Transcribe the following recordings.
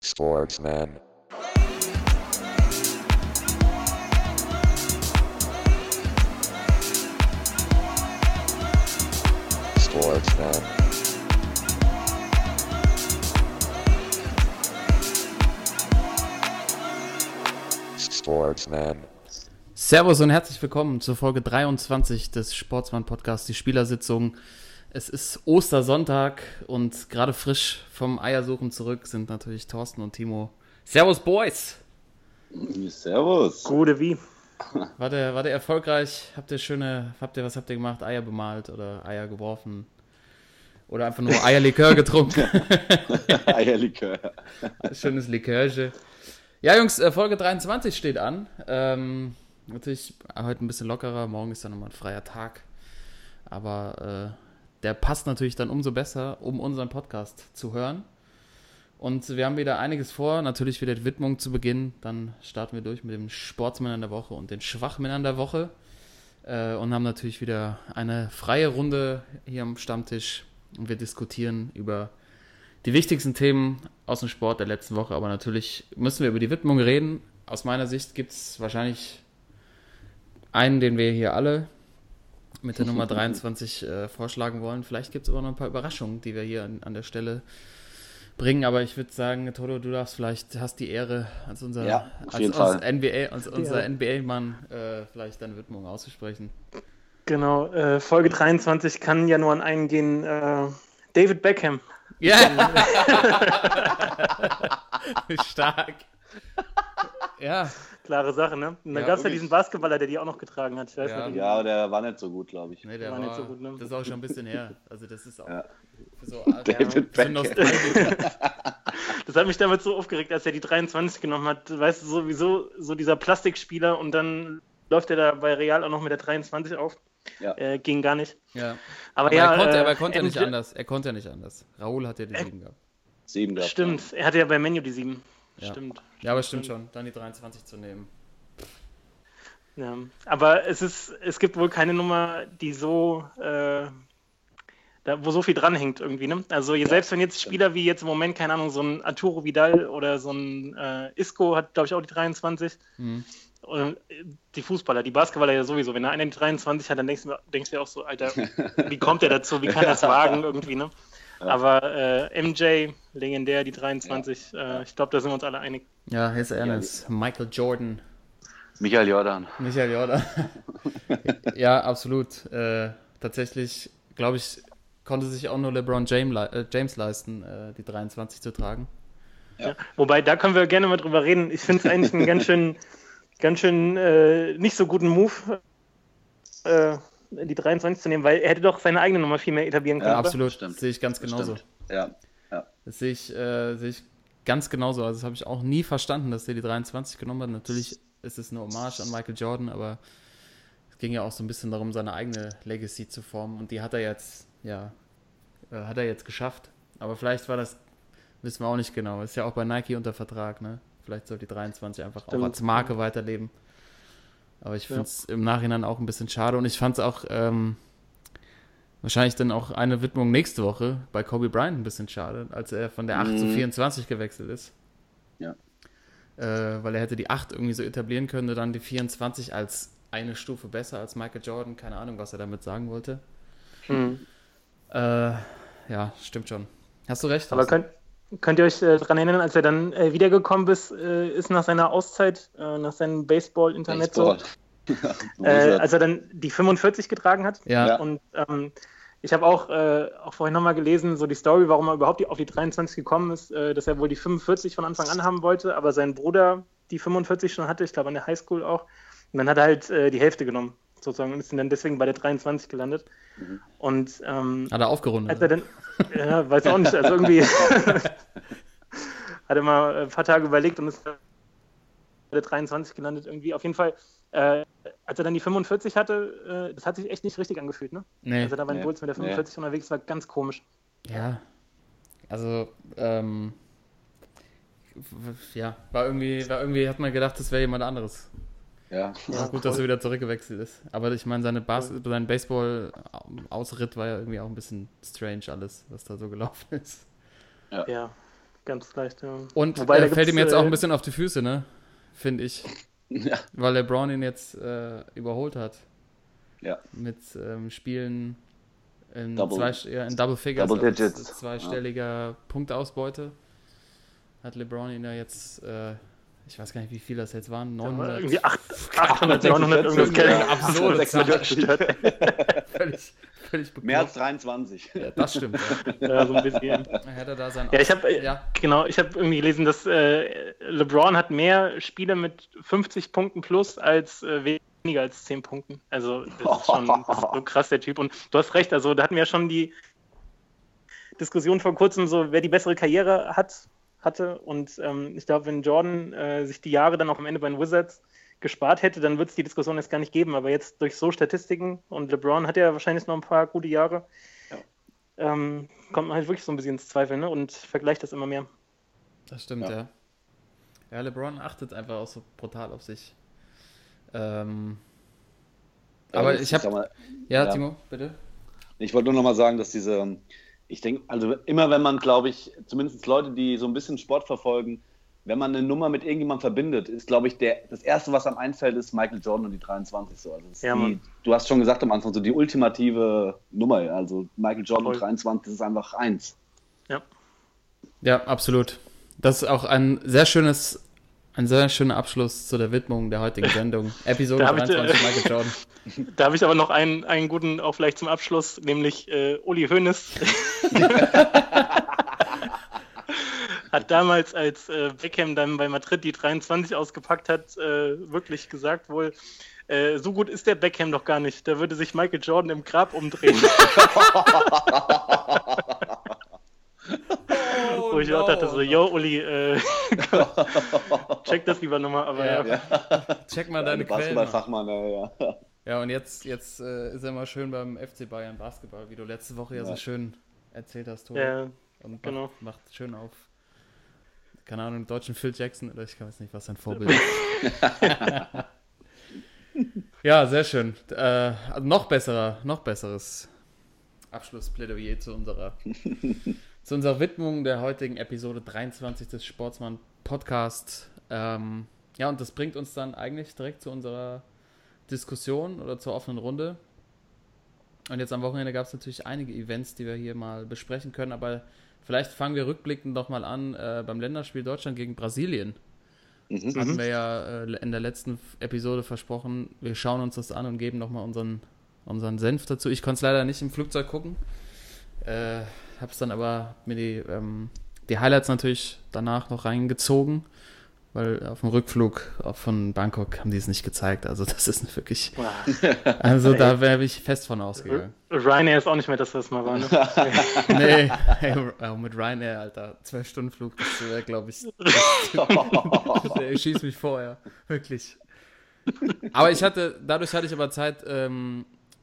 Sportsman. Sportsman. Sportsman. Servus und herzlich willkommen zur Folge 23 des Sportsmann-Podcasts, die Spielersitzung. Es ist Ostersonntag und gerade frisch vom Eiersuchen zurück sind natürlich Thorsten und Timo. Servus, Boys! Servus! Gute wie? War der erfolgreich? Was habt ihr gemacht? Eier bemalt oder Eier geworfen? Oder einfach nur Eierlikör getrunken? Eierlikör. Schönes Likörchen. Ja, Jungs, Folge 23 steht an. Natürlich heute ein bisschen lockerer, morgen ist dann nochmal ein freier Tag. Aber der passt natürlich dann umso besser, um unseren Podcast zu hören. Und wir haben wieder einiges vor, natürlich wieder die Widmung zu Beginn. Dann starten wir durch mit dem Sportsmännern der Woche und den Schwachmännern der Woche. Und haben natürlich wieder eine freie Runde hier am Stammtisch. Und wir diskutieren über die wichtigsten Themen aus dem Sport der letzten Woche. Aber natürlich müssen wir über die Widmung reden. Aus meiner Sicht gibt es wahrscheinlich einen, den wir hier alle mit der Nummer 23 vorschlagen wollen. Vielleicht gibt es aber noch ein paar Überraschungen, die wir hier an der Stelle bringen. Aber ich würde sagen, Toto, du hast die Ehre, als unser NBA-Mann vielleicht deine Widmung auszusprechen. Genau, Folge 23 kann ja nur an einen gehen. David Beckham. Ja! Stark. Ja. Klare Sache, ne? Und dann gab es ja diesen Basketballer, der die auch noch getragen hat. Ich weiß nicht, aber der war nicht so gut, glaube ich. Nee, der war nicht so gut, ne? Das ist auch schon ein bisschen her. Also das ist auch so David Beckham. Das hat mich damals so aufgeregt, als er die 23 genommen hat. Weißt du, sowieso so dieser Plastikspieler und dann läuft er da bei Real auch noch mit der 23 auf. Ja. Ging gar nicht. Ja. Aber er konnte ja nicht anders. Er konnte ja nicht anders. Raúl hat ja die 7 gehabt. 7 gehabt. Stimmt, er hatte ja bei Menu die 7. Ja. Stimmt. Ja, aber stimmt schon, dann die 23 zu nehmen. Ja, aber es gibt wohl keine Nummer, die so, wo so viel dranhängt irgendwie, ne? Also selbst wenn jetzt Spieler wie jetzt im Moment, keine Ahnung, so ein Arturo Vidal oder so ein Isco hat, glaube ich, auch die 23. Und die Fußballer, die Basketballer ja sowieso. Wenn einer die 23 hat, dann denkst du dir auch so, Alter, wie kommt der dazu? Wie kann er das wagen irgendwie, ne? Ja. Aber MJ, legendär, die 23, ich glaube, da sind wir uns alle einig. Ja, his Ernest, Michael Jordan. Michael Jordan. Ja, absolut. Tatsächlich, glaube ich, konnte sich auch nur LeBron James leisten, die 23 zu tragen. Ja. Wobei, da können wir gerne mal drüber reden. Ich finde es eigentlich einen ganz schön nicht so guten Move, die 23 zu nehmen, weil er hätte doch seine eigene Nummer viel mehr etablieren können. Ja, absolut, das sehe ich ganz genauso. Ja. Das sehe ich ganz genauso. Also das habe ich auch nie verstanden, dass er die 23 genommen hat. Natürlich ist es eine Hommage an Michael Jordan, aber es ging ja auch so ein bisschen darum, seine eigene Legacy zu formen und die hat er jetzt geschafft. Aber vielleicht war das, wissen wir auch nicht genau, ist ja auch bei Nike unter Vertrag, ne? Vielleicht soll die 23 einfach auch als Marke weiterleben. Aber ich finde es im Nachhinein auch ein bisschen schade und ich fand es auch wahrscheinlich dann auch eine Widmung nächste Woche bei Kobe Bryant ein bisschen schade, als er von der 8 zu 24 gewechselt ist. Ja. Weil er hätte die 8 irgendwie so etablieren können und dann die 24 als eine Stufe besser als Michael Jordan. Keine Ahnung, was er damit sagen wollte. Ja, stimmt schon. Hast du recht. Aber könnt ihr euch daran erinnern, als er dann wiedergekommen ist nach seiner Auszeit, nach seinem Baseball-Internet so, als er dann die 45 getragen hat? Ja. Und ich habe auch vorhin nochmal gelesen, so die Story, warum er überhaupt auf die 23 gekommen ist, dass er wohl die 45 von Anfang an haben wollte, aber sein Bruder die 45 schon hatte, ich glaube an der Highschool auch. Und dann hat er halt die Hälfte genommen, sozusagen, und ist dann deswegen bei der 23 gelandet. Und hat er aufgerundet? Als er dann, weiß auch nicht, also irgendwie hat er mal ein paar Tage überlegt und ist bei der 23 gelandet irgendwie. Auf jeden Fall, als er dann die 45 hatte, das hat sich echt nicht richtig angefühlt, ne? Nee. Also da war ein Bulls mit der 45 unterwegs, war ganz komisch. Ja, also war irgendwie hat man gedacht, das wäre jemand anderes. Ja. Gut, dass er wieder zurückgewechselt ist. Aber ich meine, sein Baseball-Ausritt war ja irgendwie auch ein bisschen strange alles, was da so gelaufen ist. Ja. ganz leicht, ja. Und Wobei, da fällt ihm gibt's, jetzt auch ein bisschen auf die Füße, ne? Finde ich. Ja. Weil LeBron ihn jetzt überholt hat. Ja. Mit Spielen in Double Double Figures, Double Digits. zweistelliger Punkteausbeute. Hat LeBron ihn ja jetzt, ich weiß gar nicht, wie viel das jetzt waren, 900. Irgendwie 800, 900 irgendwas Geld. Absurde Zahl. Völlig bekloppt. Mehr als 23. Ja, das stimmt. Ja. Ja, so ein bisschen. Hat er da sein Ja, ich habe ja. irgendwie gelesen, dass LeBron hat mehr Spiele mit 50 Punkten plus als weniger als 10 Punkten. Also das ist so krass, der Typ. Und du hast recht, also da hatten wir ja schon die Diskussion vor kurzem, so wer die bessere Karriere hatte. Und ich glaube, wenn Jordan sich die Jahre dann auch am Ende bei den Wizards gespart hätte, dann würde es die Diskussion jetzt gar nicht geben. Aber jetzt durch so Statistiken und LeBron hat ja wahrscheinlich noch ein paar gute Jahre, kommt man halt wirklich so ein bisschen ins Zweifeln, ne? Und vergleicht das immer mehr. Das stimmt, ja. Ja, LeBron achtet einfach auch so brutal auf sich. Aber ich habe... Ja, Timo, bitte. Ich wollte nur noch mal sagen, dass ich denke, also immer wenn man, glaube ich, zumindest Leute, die so ein bisschen Sport verfolgen, wenn man eine Nummer mit irgendjemandem verbindet, ist, glaube ich, das Erste, was einem einfällt, ist Michael Jordan und die 23. So. Also du hast schon gesagt am Anfang, so die ultimative Nummer. Also Michael Jordan und 23 ist einfach eins. Ja. Ja, absolut. Das ist auch ein sehr schöner Abschluss zu der Widmung der heutigen Sendung. Episode 23 Michael Jordan. Da habe ich aber noch einen guten, auch vielleicht zum Abschluss, nämlich Uli Hoeneß. Hat damals, als Beckham dann bei Madrid die 23 ausgepackt hat, wirklich gesagt wohl, so gut ist der Beckham doch gar nicht. Da würde sich Michael Jordan im Grab umdrehen. Wo ich auch dachte so, yo Uli, check das lieber nochmal, aber ja. Check mal deine Quellen. Basketballfachmann, ja. Ja, und jetzt ist er mal schön beim FC Bayern Basketball, wie du letzte Woche ja so schön erzählt hast, Tobi. Ja, und genau. Macht schön auf, keine Ahnung, deutschen Phil Jackson, oder ich weiß nicht, was sein Vorbild ist. Ja, sehr schön. Also noch besseres Abschlussplädoyer zu unserer Widmung der heutigen Episode 23 des Sportsmann Podcast. Ja, und das bringt uns dann eigentlich direkt zu unserer Diskussion oder zur offenen Runde. Und jetzt am Wochenende gab es natürlich einige Events, die wir hier mal besprechen können, aber vielleicht fangen wir rückblickend doch mal an beim Länderspiel Deutschland gegen Brasilien. Hatten wir ja in der letzten Episode versprochen, wir schauen uns das an und geben nochmal unseren Senf dazu. Ich konnte es leider nicht im Flugzeug gucken. Hab's dann aber mir die Highlights natürlich danach noch reingezogen, weil auf dem Rückflug von Bangkok haben die es nicht gezeigt. Also das ist wirklich... Also da wäre ich fest von ausgegangen. Ryanair ist auch nicht mehr das, was mal war, ne? Nee, mit Ryanair, Alter. 12-Stunden-Flug, das wäre, glaube ich... Der schießt mich vorher. Wirklich. Aber dadurch hatte ich aber Zeit, den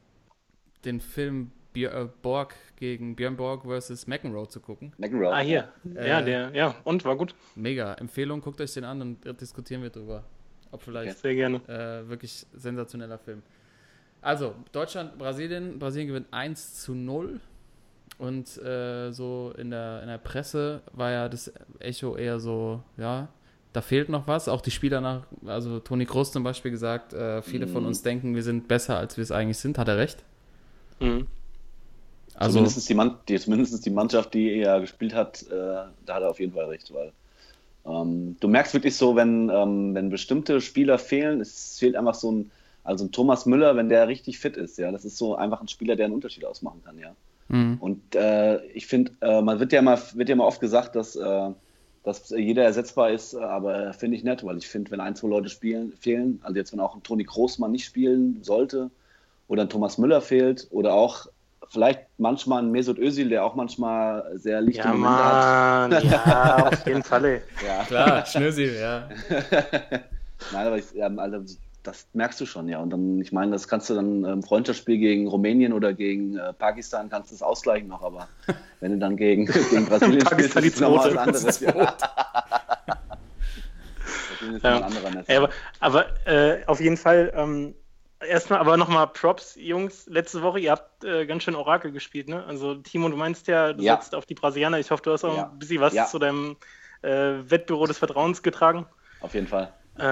Film Björn Borg vs. McEnroe zu gucken. McEnroe. Ah, hier. Und war gut. Mega. Empfehlung, guckt euch den an und diskutieren wir drüber. Ob vielleicht sehr gerne. Wirklich sensationeller Film. Also, Deutschland, Brasilien gewinnt 1-0 und so in der Presse war ja das Echo eher so, ja, da fehlt noch was. Auch die Spieler also Toni Kroos zum Beispiel gesagt, viele von uns denken, wir sind besser, als wir es eigentlich sind. Hat er recht? Mhm. Also, zumindest die Mannschaft, die er gespielt hat, da hat er auf jeden Fall recht, weil du merkst wirklich so, wenn bestimmte Spieler fehlen, es fehlt einfach ein Thomas Müller, wenn der richtig fit ist, ja, das ist so einfach ein Spieler, der einen Unterschied ausmachen kann, ja. Mhm. Und ich finde, man wird ja mal oft gesagt, dass jeder ersetzbar ist, aber finde ich nett, weil ich finde, wenn 1, 2 Leute fehlen, also jetzt wenn auch ein Toni Kroos mal nicht spielen sollte oder ein Thomas Müller fehlt oder auch vielleicht manchmal ein Mesut Özil, der auch manchmal sehr lichte Momente hat. Ja, auf jeden Fall. Ja. Klar, Schnösel, ja. Nein, aber das merkst du schon, ja. Und dann, ich meine, das kannst du dann im Freundschaftsspiel gegen Rumänien oder gegen Pakistan kannst du das ausgleichen noch, aber wenn du dann gegen Brasilien spielst, ist es nochmal was anderes. Ja. Das ist ein anderer Messer. Aber auf jeden Fall Erstmal aber nochmal Props, Jungs. Letzte Woche, ihr habt ganz schön Orakel gespielt, ne? Also Timo, du meinst ja, du setzt auf die Brasilianer. Ich hoffe, du hast auch ein bisschen was zu deinem Wettbüro des Vertrauens getragen. Auf jeden Fall.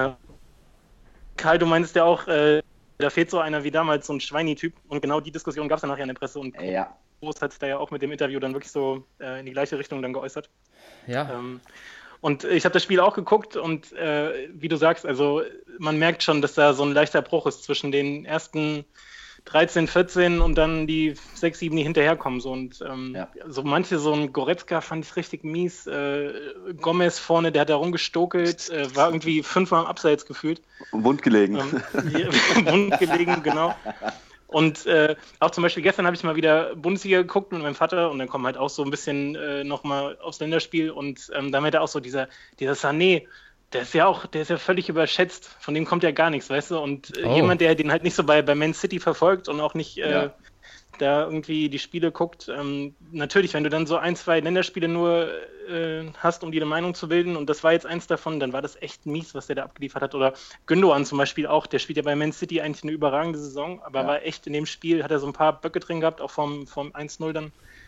Kai, du meinst ja auch, da fehlt so einer wie damals, so ein Schweini-Typ. Und genau die Diskussion gab es ja nachher in der Presse. Und Groß hat sich da ja auch mit dem Interview dann wirklich so in die gleiche Richtung dann geäußert. Ja. Und ich habe das Spiel auch geguckt und wie du sagst, also man merkt schon, dass da so ein leichter Bruch ist zwischen den ersten 13, 14 und dann die 6, 7, die hinterherkommen. So. Und so manche, so ein Goretzka fand ich richtig mies. Gomez vorne, der hat da rumgestokelt, war irgendwie 5-mal im Abseits gefühlt. Wund gelegen. Wund gelegen, genau. Und auch zum Beispiel gestern habe ich mal wieder Bundesliga geguckt mit meinem Vater und dann kommen halt auch so ein bisschen nochmal aufs Länderspiel und dann wird auch so dieser Sané, der ist ja völlig überschätzt, von dem kommt ja gar nichts, weißt du, und jemand, der den halt nicht so bei Man City verfolgt und auch nicht da irgendwie die Spiele guckt, natürlich, wenn du dann so 1, 2 Länderspiele nur hast, um dir eine Meinung zu bilden und das war jetzt eins davon, dann war das echt mies, was der da abgeliefert hat. Oder Gündoğan zum Beispiel auch, der spielt ja bei Man City eigentlich eine überragende Saison, aber war echt in dem Spiel, hat er so ein paar Böcke drin gehabt, auch vom 1-0 dann.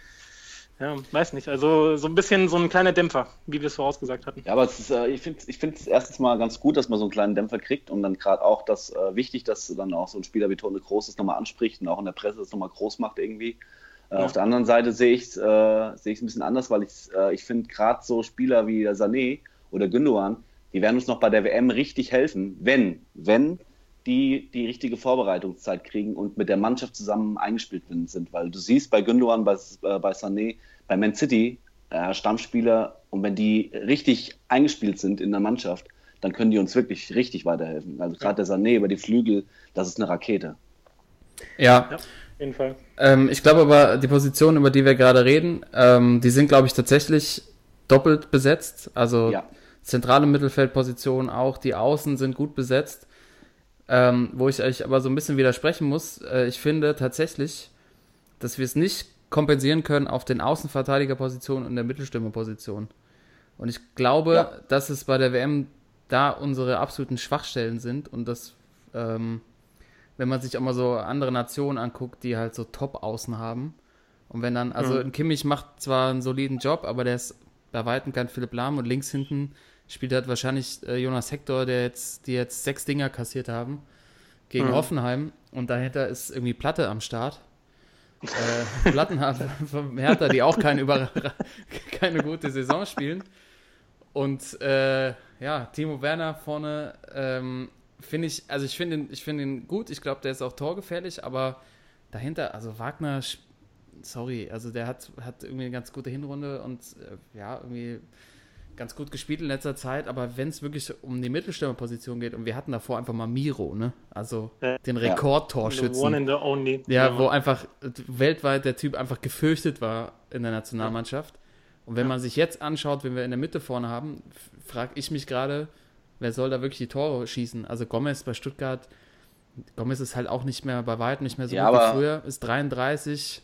Ja, weiß nicht. Also so ein bisschen so ein kleiner Dämpfer, wie wir es vorausgesagt hatten. Ja, aber es ist, ich finde es erstens mal ganz gut, dass man so einen kleinen Dämpfer kriegt und dann gerade auch das wichtig, dass dann auch so ein Spieler wie Toni Kroos das nochmal anspricht und auch in der Presse das nochmal groß macht irgendwie. Auf der anderen Seite sehe ich es ein bisschen anders, weil ich finde gerade so Spieler wie Sané oder Gündoğan, die werden uns noch bei der WM richtig helfen, wenn die richtige Vorbereitungszeit kriegen und mit der Mannschaft zusammen eingespielt sind. Weil du siehst bei Gündoğan, bei Sané, bei Man City Stammspieler und wenn die richtig eingespielt sind in der Mannschaft, dann können die uns wirklich richtig weiterhelfen. Also gerade der Sané über die Flügel, das ist eine Rakete. Ja. Auf jeden Fall. Ich glaube aber, die Positionen, über die wir gerade reden, die sind, glaube ich, tatsächlich doppelt besetzt. Also zentrale Mittelfeldpositionen auch, die Außen sind gut besetzt. Wo ich euch aber so ein bisschen widersprechen muss, ich finde tatsächlich, dass wir es nicht kompensieren können auf den Außenverteidigerpositionen und der Mittelstürmerposition. Und ich glaube, dass es bei der WM da unsere absoluten Schwachstellen sind und dass, wenn man sich auch mal so andere Nationen anguckt, die halt so Top-Außen haben und wenn dann, also ein Kimmich macht zwar einen soliden Job, aber der ist bei weitem kein Philipp Lahm und links hinten spielt halt wahrscheinlich Jonas Hector, die jetzt 6 Dinger kassiert haben gegen Hoffenheim und dahinter ist irgendwie Platte am Start. Plattenhardt vom Hertha, die auch keine gute Saison spielen. Und Timo Werner vorne finde ich finde ihn gut. Ich glaube, der ist auch torgefährlich, aber dahinter, also Wagner, sorry, also der hat irgendwie eine ganz gute Hinrunde und irgendwie ganz gut gespielt in letzter Zeit, aber wenn es wirklich um die Mittelstürmerposition geht und wir hatten davor einfach mal Miro, ne? Also den Rekordtorschützen. The one and the only. Ja, wo einfach weltweit der Typ einfach gefürchtet war in der Nationalmannschaft. Und wenn man sich jetzt anschaut, wenn wir in der Mitte vorne haben, frage ich mich gerade, wer soll da wirklich die Tore schießen? Also Gomez bei Stuttgart, Gomez ist halt auch nicht mehr bei weitem nicht mehr so gut wie früher, ist 33.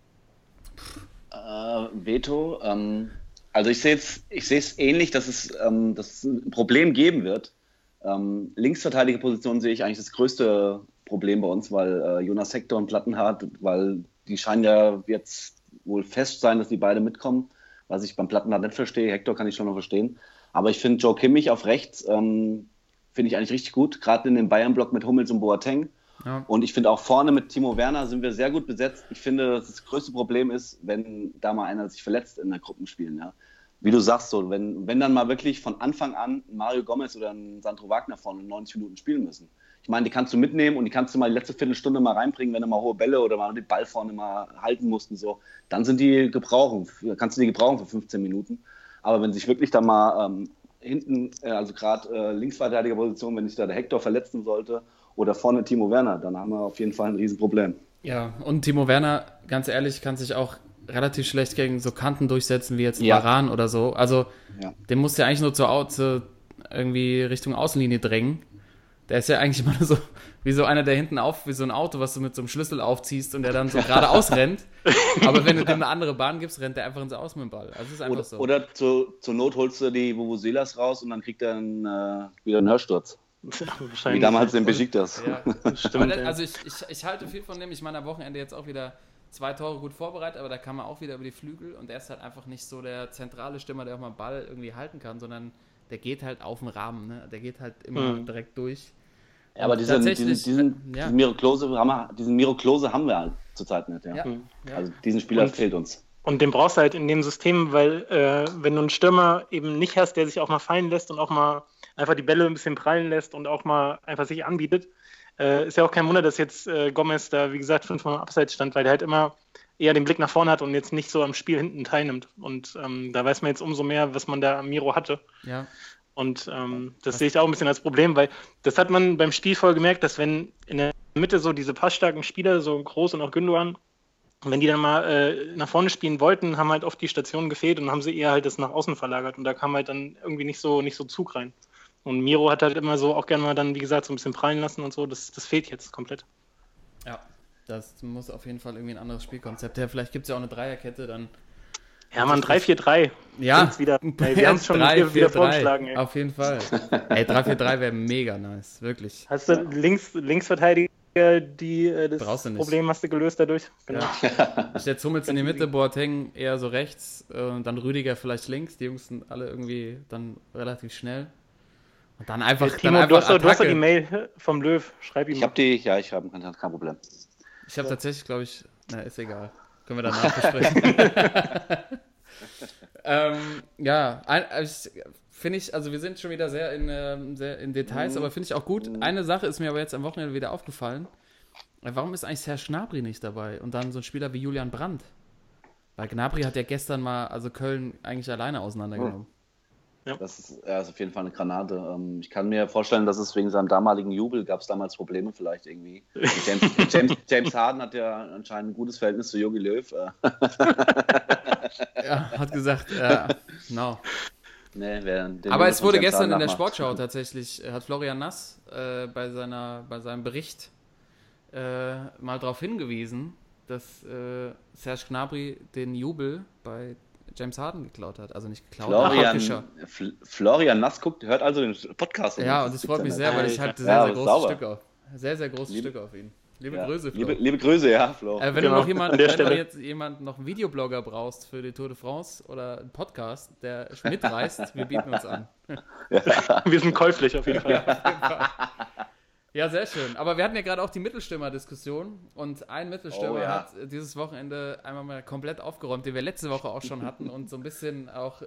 Veto, also ich sehe es ähnlich, dass es ein Problem geben wird. Linksverteidigerposition sehe ich eigentlich das größte Problem bei uns, weil Jonas Hector und Plattenhardt, weil die scheinen ja jetzt wohl fest sein, dass die beide mitkommen, was ich beim Plattenhardt nicht verstehe. Hector kann ich schon noch verstehen. Aber ich finde Joe Kimmich auf rechts, finde ich eigentlich richtig gut, gerade in dem Bayern-Block mit Hummels und Boateng. Ja. Und ich finde auch vorne mit Timo Werner sind wir sehr gut besetzt. Ich finde, dass das größte Problem ist, wenn da mal einer sich verletzt in der Gruppenspielen. Ja. Wie du sagst, so, wenn dann mal wirklich von Anfang an Mario Gomez oder ein Sandro Wagner vorne 90 Minuten spielen müssen. Ich meine, die kannst du mitnehmen und die kannst du mal die letzte Viertelstunde mal reinbringen, wenn du mal hohe Bälle oder mal den Ball vorne mal halten musst und so. Dann kannst du die gebrauchen für 15 Minuten. Aber wenn sich wirklich da mal hinten, also gerade Linksverteidigerposition, wenn sich da der Hector verletzen sollte, oder vorne Timo Werner, dann haben wir auf jeden Fall ein Riesenproblem. Ja, und Timo Werner, ganz ehrlich, kann sich auch relativ schlecht gegen so Kanten durchsetzen, wie jetzt Varane oder so. Also, den musst du ja eigentlich nur irgendwie Richtung Außenlinie drängen. Der ist ja eigentlich immer so, wie so einer, der hinten wie so ein Auto, was du mit so einem Schlüssel aufziehst und der dann so geradeaus rennt. Aber wenn du dem eine andere Bahn gibst, rennt der einfach ins Aus mit dem Ball. Also, es ist einfach Oder zur Not holst du die Vuvuzelas raus und dann kriegt er wieder einen Hörsturz. Wie damals in Besiktas. Ja, Stimmt. also ich halte viel von dem. Ich meine, am Wochenende jetzt auch wieder 2 Tore gut vorbereitet, aber da kann man auch wieder über die Flügel und er ist halt einfach nicht so der zentrale Stürmer, der auch mal einen Ball irgendwie halten kann, sondern der geht halt auf den Rahmen, ne? Der geht halt immer direkt durch. Ja, aber diesen Miro Klose haben wir halt zurzeit nicht. Ja. Also diesen Spieler fehlt uns. Und den brauchst du halt in dem System, weil wenn du einen Stürmer eben nicht hast, der sich auch mal fallen lässt und auch mal einfach die Bälle ein bisschen prallen lässt und auch mal einfach sich anbietet, ist ja auch kein Wunder, dass jetzt Gomez da, wie gesagt, 5-mal im Abseits stand, weil der halt immer eher den Blick nach vorne hat und jetzt nicht so am Spiel hinten teilnimmt. Und da weiß man jetzt umso mehr, was man da am Miro hatte. Ja. Und das sehe ich auch ein bisschen als Problem, weil das hat man beim Spiel voll gemerkt, dass wenn in der Mitte so diese passstarken Spieler, so Groß und auch Gündogan, wenn die dann mal nach vorne spielen wollten, haben halt oft die Stationen gefehlt und haben sie eher halt das nach außen verlagert und da kam halt dann irgendwie nicht so Zug rein. Und Miro hat halt immer so auch gerne mal dann, wie gesagt, so ein bisschen prallen lassen und so, das fehlt jetzt komplett. Ja, das muss auf jeden Fall irgendwie ein anderes Spielkonzept her. Vielleicht gibt es ja auch eine Dreierkette dann. Ja, man, 3-4-3. Ja, wir haben es schon wieder vorgeschlagen. Ey. Auf jeden Fall. Ey, 3-4-3 wäre mega nice, wirklich. Hast du Linksverteidiger, das Problem hast du gelöst dadurch? Genau. Ja. Ich setze Hummels in die Mitte, Boateng eher so rechts, dann Rüdiger vielleicht links. Die Jungs sind alle irgendwie dann relativ schnell. Und dann einfach Timo, du hast doch die Mail vom Löw, schreib ihm. Ich habe kein Problem. Ich habe tatsächlich, glaube ich, ist egal. Können wir danach besprechen. Finde ich, also wir sind schon wieder sehr in Details, aber finde ich auch gut. Eine Sache ist mir aber jetzt am Wochenende wieder aufgefallen. Warum ist eigentlich Serge Gnabry nicht dabei? Und dann so ein Spieler wie Julian Brandt? Weil Gnabry hat ja gestern mal, also Köln eigentlich alleine auseinandergenommen. Ja. Das ist auf jeden Fall eine Granate. Ich kann mir vorstellen, dass es wegen seinem damaligen Jubel gab es damals Probleme vielleicht irgendwie. James Harden hat ja anscheinend ein gutes Verhältnis zu Jogi Löw. Ja, hat gesagt, no. Nee, aber es wurde gestern in der Sportschau tatsächlich, hat Florian Nass bei seinem Bericht mal darauf hingewiesen, dass Serge Gnabry den Jubel bei James Harden geklaut hat. Also nicht geklaut, Florian Nass hört also den Podcast. Ja, und das freut mich sehr, weil ich hatte sehr große Stücke auf ihn. Liebe Grüße, Flo. Liebe Grüße, ja, Flo. Wenn du jetzt jemanden noch einen Videoblogger brauchst für die Tour de France oder einen Podcast, der mitreist, wir bieten uns an. Ja. Wir sind käuflich auf jeden Fall. Ja, sehr schön. Aber wir hatten ja gerade auch die Mittelstürmer-Diskussion und ein Mittelstürmer hat dieses Wochenende einmal mal komplett aufgeräumt, den wir letzte Woche auch schon hatten und so ein bisschen auch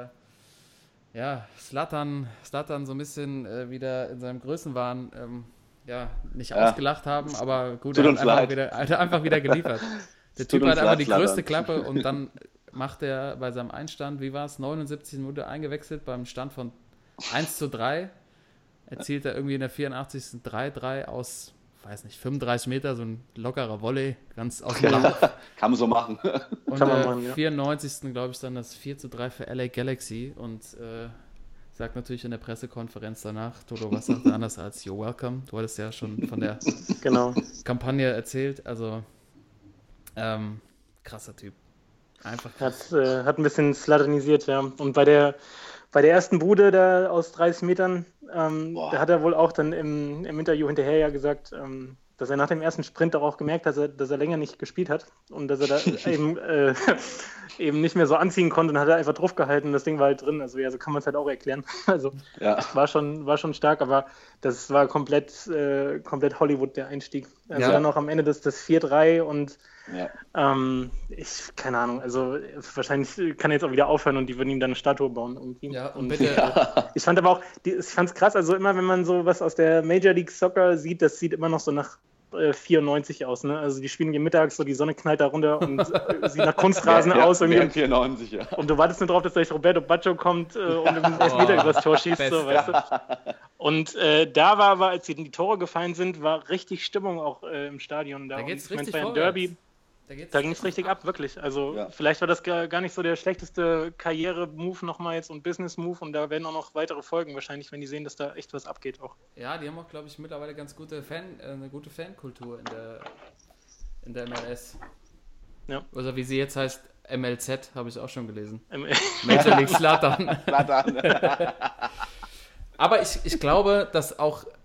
Zlatan so ein bisschen wieder in seinem Größenwahn nicht ausgelacht haben, aber gut, er hat einfach wieder geliefert. Der Typ hat einfach die größte Klappe und dann macht er bei seinem Einstand, wie war es, 79 Minuten eingewechselt beim Stand von 1:3. Erzielt er irgendwie in der 84. 3-3 aus, weiß nicht, 35 Meter, so ein lockerer Volley, ganz aus dem Lauf. Kann man so machen. Und in der 94. glaube ich dann das 4:3 für LA Galaxy und sagt natürlich in der Pressekonferenz danach, Toto, was sagt er anders als You're welcome? Du hattest ja schon von der Kampagne erzählt, also krasser Typ. Einfach krass. Hat ein bisschen slatanisiert, ja. Und bei der ersten Bude da aus 30 Metern, da hat er wohl auch dann im Interview hinterher ja gesagt, dass er nach dem ersten Sprint auch gemerkt hat, dass er länger nicht gespielt hat und dass er da eben nicht mehr so anziehen konnte und hat er einfach drauf gehalten und das Ding war halt drin. Also ja, so kann man es halt auch erklären. Also war schon stark, aber das war komplett Hollywood der Einstieg. Also dann auch am Ende das 4-3 und keine Ahnung, also wahrscheinlich kann er jetzt auch wieder aufhören und die würden ihm dann eine Statue bauen irgendwie. Ja, und ich fand aber auch, ich fand's krass, also immer wenn man so was aus der Major League Soccer sieht, das sieht immer noch so nach 94 aus, ne? Also die spielen hier mittags, so die Sonne knallt da runter und sieht nach Kunstrasen aus. Irgendwie. 94, ja. Und du wartest nur drauf, dass gleich Roberto Baggio kommt und einen Elfmeter über das Tor schießt. So, weißt du? Und da war aber, als die Tore gefallen sind, war richtig Stimmung auch im Stadion. Da geht's und, richtig bei Derby. Da ging es richtig ab, wirklich. Also vielleicht war das gar nicht so der schlechteste Karriere-Move nochmal jetzt und Business-Move und da werden auch noch weitere Folgen wahrscheinlich, wenn die sehen, dass da echt was abgeht auch. Ja, die haben auch, glaube ich, mittlerweile eine gute Fankultur in der MLS. Ja. Oder wie sie jetzt heißt, MLZ, habe ich auch schon gelesen. Major League Zlatan. Aber ich glaube, dass auch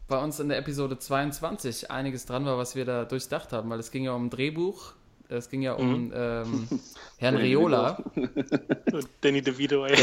bei uns in der Episode 22 einiges dran war, was wir da durchdacht haben, weil es ging ja um ein Drehbuch, es ging ja um Herrn Riola. Danny DeVito, ey.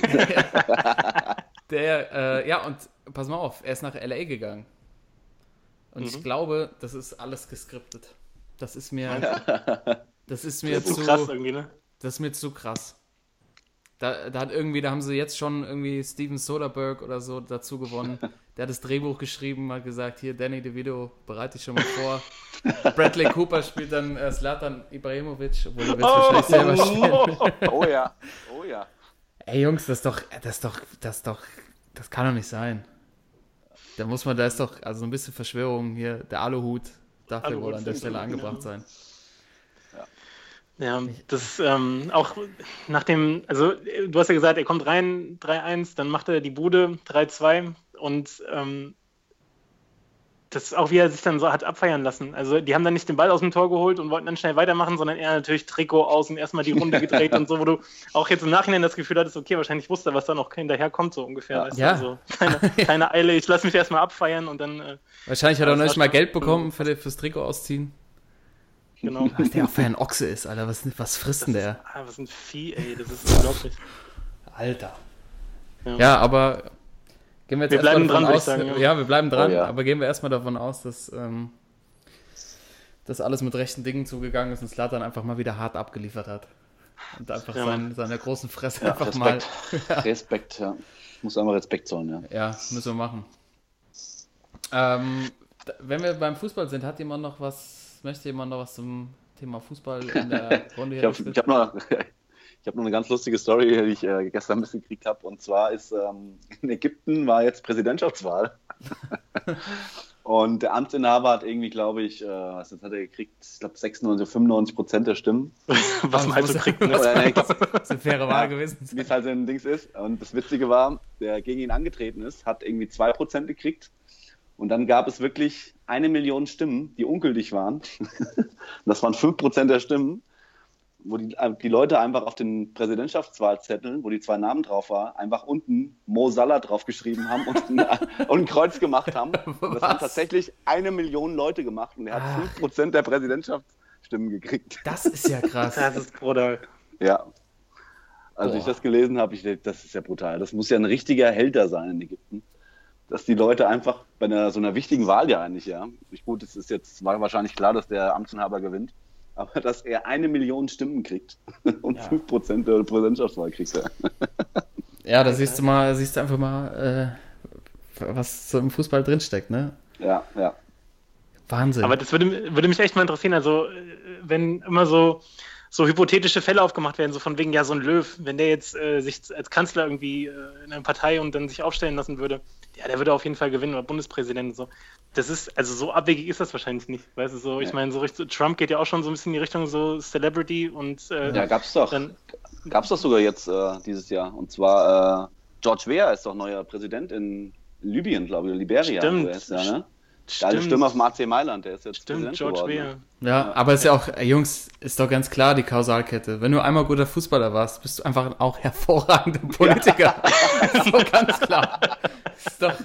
Und pass mal auf, er ist nach L.A. gegangen. Und ich glaube, das ist alles geskriptet. Das ist mir zu krass irgendwie, ne? Das ist mir zu krass. Da haben sie jetzt schon irgendwie Steven Soderbergh oder so dazu gewonnen. Der hat das Drehbuch geschrieben, hat gesagt, hier, Danny DeVito, bereite dich schon mal vor. Bradley Cooper spielt dann Zlatan Ibrahimovic, obwohl er wird wahrscheinlich selber spielen. Oh ja. Ey Jungs, das kann doch nicht sein. Da ist doch, also ein bisschen Verschwörung hier, der Aluhut darf ja wohl an der Stelle angebracht sein. Ja, das auch nach dem, also du hast ja gesagt, er kommt rein, 3-1, dann macht er die Bude, 3-2 und das auch, wie er sich dann so hat abfeiern lassen. Also die haben dann nicht den Ball aus dem Tor geholt und wollten dann schnell weitermachen, sondern er natürlich Trikot aus und erstmal die Runde gedreht und so, wo du auch jetzt im Nachhinein das Gefühl hattest, okay, wahrscheinlich wusste er, was da noch hinterher kommt, so ungefähr. Weißt du? Also keine Eile, ich lasse mich erstmal abfeiern und dann... wahrscheinlich hat er noch nicht mal Geld bekommen fürs Trikot ausziehen. Genau. Was der auch für ein Ochse ist, Alter. Was frisst denn der? Was ein Vieh, ey. Das ist unglaublich. Alter. Ja, aber gehen wir jetzt bleiben dran, aus. würde ich sagen. Ja, wir bleiben dran, ja. aber gehen wir erstmal davon aus, dass das alles mit rechten Dingen zugegangen ist und Zlatan einfach mal wieder hart abgeliefert hat. Und einfach seiner großen Fresse einfach Respekt. mal... Respekt, ja. Muss einmal Respekt zollen, ja. Ja, müssen wir machen. Wenn wir beim Fußball sind, möchte jemand noch was zum Thema Fußball in der Runde hier? Ich habe noch eine ganz lustige Story, die ich gestern ein bisschen gekriegt habe. Und zwar ist in Ägypten war jetzt Präsidentschaftswahl. Und der Amtsinhaber hat irgendwie, glaube ich, was hat er gekriegt? Ich glaube 96-95% der Stimmen. Was man halt so kriegt. Ne? Das ist eine faire Wahl gewesen. Wie es halt so ein Dings ist. Und das Witzige war, der gegen ihn angetreten ist, hat irgendwie 2% gekriegt. Und dann gab es wirklich 1 Million Stimmen, die ungültig waren. Das waren 5% der Stimmen, wo die Leute einfach auf den Präsidentschaftswahlzetteln, wo die 2 Namen drauf waren, einfach unten Mo Salah draufgeschrieben haben und ein Kreuz gemacht haben. Das haben tatsächlich 1 Million Leute gemacht und er hat 5% der Präsidentschaftsstimmen gekriegt. Das ist ja krass. Das ist brutal. Ja. Als ich das gelesen habe, das ist ja brutal. Das muss ja ein richtiger Held da sein in Ägypten. Dass die Leute einfach bei so einer wichtigen Wahl ja eigentlich, ja. Gut, war wahrscheinlich klar, dass der Amtsinhaber gewinnt, aber dass er 1 Million Stimmen kriegt und 5% der Präsidentschaftswahl kriegt er. Ja, da siehst du einfach mal, was so im Fußball drinsteckt, ne? Ja. Wahnsinn. Aber das würde mich echt mal interessieren, also wenn immer so hypothetische Fälle aufgemacht werden, so von wegen, ja, so ein Löw, wenn der jetzt sich als Kanzler irgendwie in einer Partei und dann sich aufstellen lassen würde, ja, der würde auf jeden Fall gewinnen, oder Bundespräsident und so. Das ist, also so abwegig ist das wahrscheinlich nicht, weißt du, so, ich meine, so richtig, Trump geht ja auch schon so ein bisschen in die Richtung so Celebrity und gab's doch sogar jetzt dieses Jahr, und zwar George Weah ist doch neuer Präsident in Libyen, glaube ich, oder Liberia. Stimmt. Ist ja, ne? Der alte Stimme auf dem AC Mailand, der ist jetzt Präsident George geworden. Weah. Ja, aber ist ja auch, Jungs, ist doch ganz klar die Kausalkette. Wenn du einmal guter Fußballer warst, bist du einfach auch hervorragender Politiker. Ist doch ganz klar. Ist doch,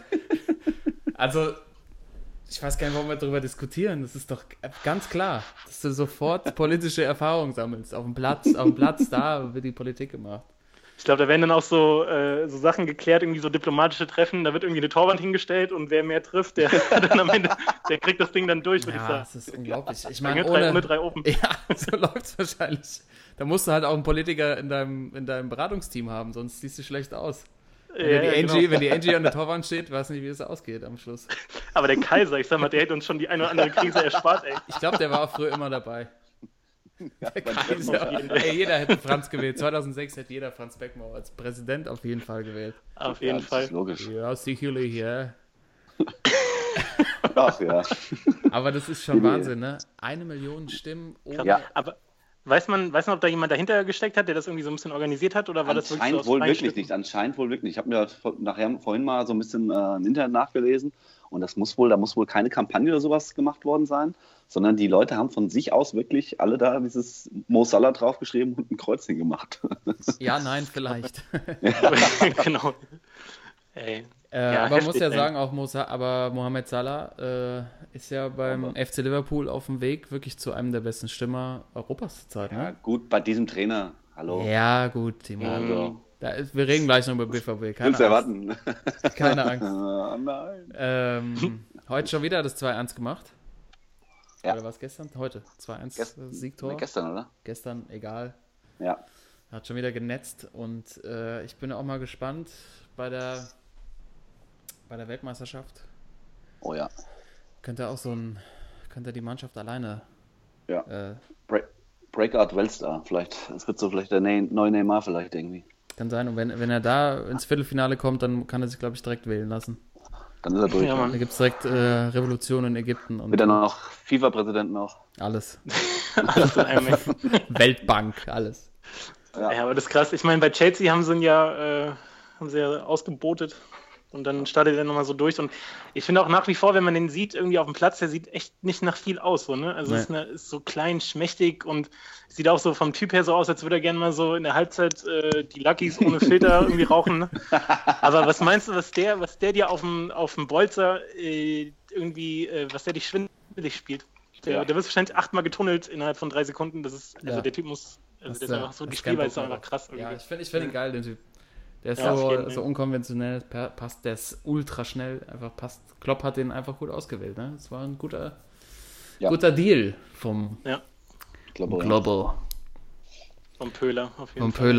also, ich weiß gar nicht, warum wir darüber diskutieren. Das ist doch ganz klar, dass du sofort politische Erfahrung sammelst. Auf dem Platz, da wird die Politik gemacht. Ich glaube, da werden dann auch so Sachen geklärt, irgendwie so diplomatische Treffen, da wird irgendwie eine Torwand hingestellt und wer mehr trifft, der dann am Ende, der kriegt das Ding dann durch, würde ich sagen. Ja, das ist unglaublich. Ich meine, ohne 3 Open. Ja, so läuft es wahrscheinlich. Da musst du halt auch einen Politiker in deinem Beratungsteam haben, sonst siehst du schlecht aus. Wenn die Angie an der Torwand steht, weiß nicht, wie es ausgeht am Schluss. Aber der Kaiser, ich sag mal, der hätte uns schon die eine oder andere Krise erspart, ey. Ich glaube, der war auch früher immer dabei. Der Kaiser. Ey, jeder hätte Franz gewählt. 2006 hätte jeder Franz Beckenbauer als Präsident auf jeden Fall gewählt. Auf jeden Fall. Das ist logisch. Ja, sicherlich, ja. Ach ja. Aber das ist schon Wahnsinn, ne? 1 Million Stimmen. Ja. Aber weiß man, ob da jemand dahinter gesteckt hat, der das irgendwie so ein bisschen organisiert hat? Oder war das wirklich so aus Anscheinend wohl wirklich nicht. Ich habe mir vorhin mal so ein bisschen im Internet nachgelesen. Und da muss wohl keine Kampagne oder sowas gemacht worden sein, sondern die Leute haben von sich aus wirklich alle da dieses Mo Salah draufgeschrieben und ein Kreuz hingemacht. Ja, nein, vielleicht. Genau. Ey. Ja, aber man muss heftig, ja ey. sagen, auch Mohamed Salah ist ja beim FC Liverpool auf dem Weg wirklich zu einem der besten Stürmer Europas zurzeit. Ja, Ne? gut, bei diesem Trainer. Hallo. Ja, gut, Timo. Also, Wir reden gleich noch über BVB. Keine willst du Angst. erwarten? Keine Angst. Ah, nein. Heute schon wieder das 2-1 gemacht. Ja. Oder war es gestern? Heute. 2-1 Siegtor. Gestern, oder? Gestern, egal. Ja. Hat schon wieder genetzt. Und ich bin auch mal gespannt bei der Weltmeisterschaft. Oh ja. Könnte die Mannschaft alleine. Ja. Breakout Weltstar, vielleicht. Es wird so vielleicht der neue Neymar vielleicht irgendwie. Kann sein. Und wenn er da ins Viertelfinale kommt, dann kann er sich, glaube ich, direkt wählen lassen. Dann ist er durch. Ja, Mann. Da gibt es direkt Revolution in Ägypten und Wird er noch FIFA-Präsident noch? alles. Alles in einem. Weltbank, alles. Ja, aber das ist krass. Ich meine, bei Chelsea haben sie ihn ja ausgebotet und dann startet er nochmal so durch. Und ich finde auch nach wie vor, wenn man den sieht, irgendwie auf dem Platz, der sieht echt nicht nach viel aus. So, ne? Also ist so klein, schmächtig und sieht auch so vom Typ her so aus, als würde er gerne mal so in der Halbzeit die Luckys ohne Filter irgendwie rauchen. Ne? Aber was meinst du, was der dir auf dem Bolzer was der dich schwindelig spielt? Der wird wahrscheinlich 8-mal getunnelt innerhalb von 3 Sekunden. Das ist, also der Typ muss, der ist einfach so, die Spielweise ist einfach krass. Ja, ich finde ihn geil, den Typ. Der ist Ja, auf jeden so Fall. unkonventionell, passt, der ist ultra schnell, einfach passt. Klopp hat den einfach gut ausgewählt, ne? Das war ein guter Deal vom Ich glaube, ja. Global, Vom Pöhler auf jeden vom Fall.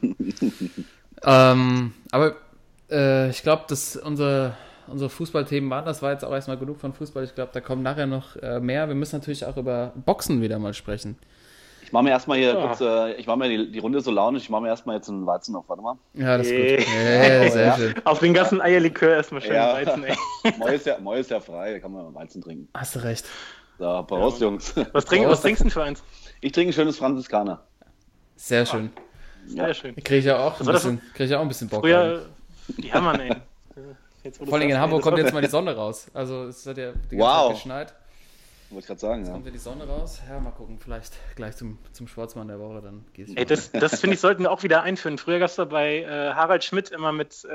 Pöhler. Aber ich glaube, dass unsere Fußballthemen waren, das war jetzt auch erstmal genug von Fußball. Ich glaube, da kommen nachher noch mehr. Wir müssen natürlich auch über Boxen wieder mal sprechen. Ich mache mir erstmal hier kurz, ich mache mir die Runde so launisch, ich mache mir erstmal jetzt einen Weizen auf, warte mal. Ja, das ist gut. Yeah. Sehr Ja. schön. Auf den ganzen Eierlikör erstmal schön Ja. Weizen, ey. Moi ist ja frei, da kann man Weizen trinken. Hast du recht. So, Prost, Jungs. Was trinkst du denn für eins? Ich trinke ein schönes Franziskaner. Sehr schön. Sehr schön. Kriege ich ja auch war das ein bisschen Bock. rein. Früher, ja Mann, ey. Jetzt, wo du Vor allem in sagst, Hamburg ey, kommt das jetzt mal die Sonne raus. Also es hat ja die ganze Wow. Zeit geschneit. Wollte ich gerade sagen, ja. Kommt ja die Sonne raus? Ja, mal gucken. Vielleicht gleich zum Schwarzmann der Woche, dann geht's. Ey, das finde ich, sollten wir auch wieder einführen. Früher gab es da bei Harald Schmidt immer mit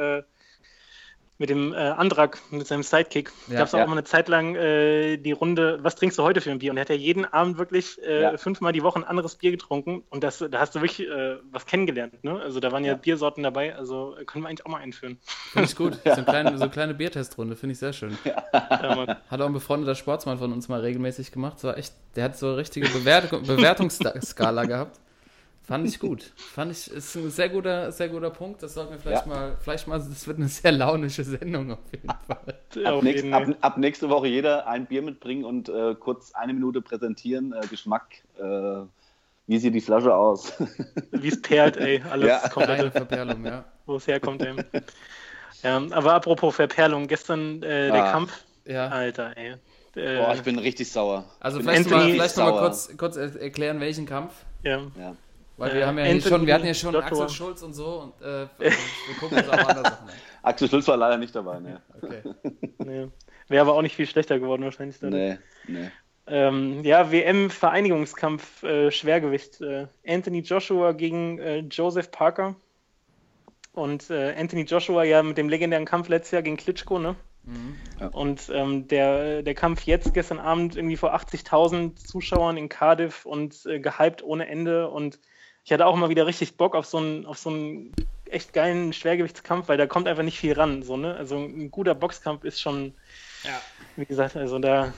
dem Andrak, mit seinem Sidekick, Ja. gab es auch mal eine Zeit lang die Runde, was trinkst du heute für ein Bier? Und er hat ja jeden Abend wirklich 5-mal die Woche ein anderes Bier getrunken und da hast du wirklich was kennengelernt. Ne? Also da waren ja Biersorten dabei, also können wir eigentlich auch mal einführen. Finde ich gut. So eine kleine Biertestrunde, finde ich sehr schön. Ja, Mann. Hat auch ein befreundeter Sportsmann von uns mal regelmäßig gemacht. Das war echt, der hat so eine richtige Bewertungsskala gehabt. Fand ich gut. Ist ein sehr guter Punkt. Das sollten wir vielleicht mal, das wird eine sehr launische Sendung auf jeden Fall. Auf jeden Fall. Ab nächste Woche jeder ein Bier mitbringen und kurz 1 Minute präsentieren, Geschmack, wie sieht die Flasche aus? Wie es perlt, ey. Alles Ja. Reine komplett, Verperlung, ja. wo es herkommt, ey. Ja, aber apropos Verperlung, gestern der Kampf, Ja. Alter, ey. Boah, ich bin richtig sauer. Also Ich bin vielleicht Anthony noch mal sauer. kurz erklären, welchen Kampf. Ja. Ja. Weil wir haben ja Anthony wir hatten ja schon Joshua. Axel Schulz und so und wir gucken uns auch andere Sachen an. Axel Schulz war leider nicht dabei, ne? Okay. Nee. Wäre aber auch nicht viel schlechter geworden wahrscheinlich. Dann. Nee. WM-Vereinigungskampf, Schwergewicht. Anthony Joshua gegen Joseph Parker. Und Anthony Joshua ja mit dem legendären Kampf letztes Jahr gegen Klitschko, ne? Ja. Und der Kampf jetzt gestern Abend irgendwie vor 80.000 Zuschauern in Cardiff und gehypt ohne Ende. Und ich hatte auch mal wieder richtig Bock auf so einen echt geilen Schwergewichtskampf, weil da kommt einfach nicht viel ran. So, ne? Also ein guter Boxkampf ist schon, wie gesagt, also da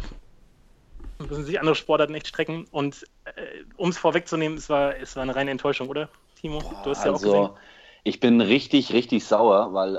müssen sich andere Sportarten echt strecken. Und um es vorwegzunehmen, es war eine reine Enttäuschung, oder, Timo? Du hast ja auch gesehen. Also, ich bin richtig, richtig sauer, weil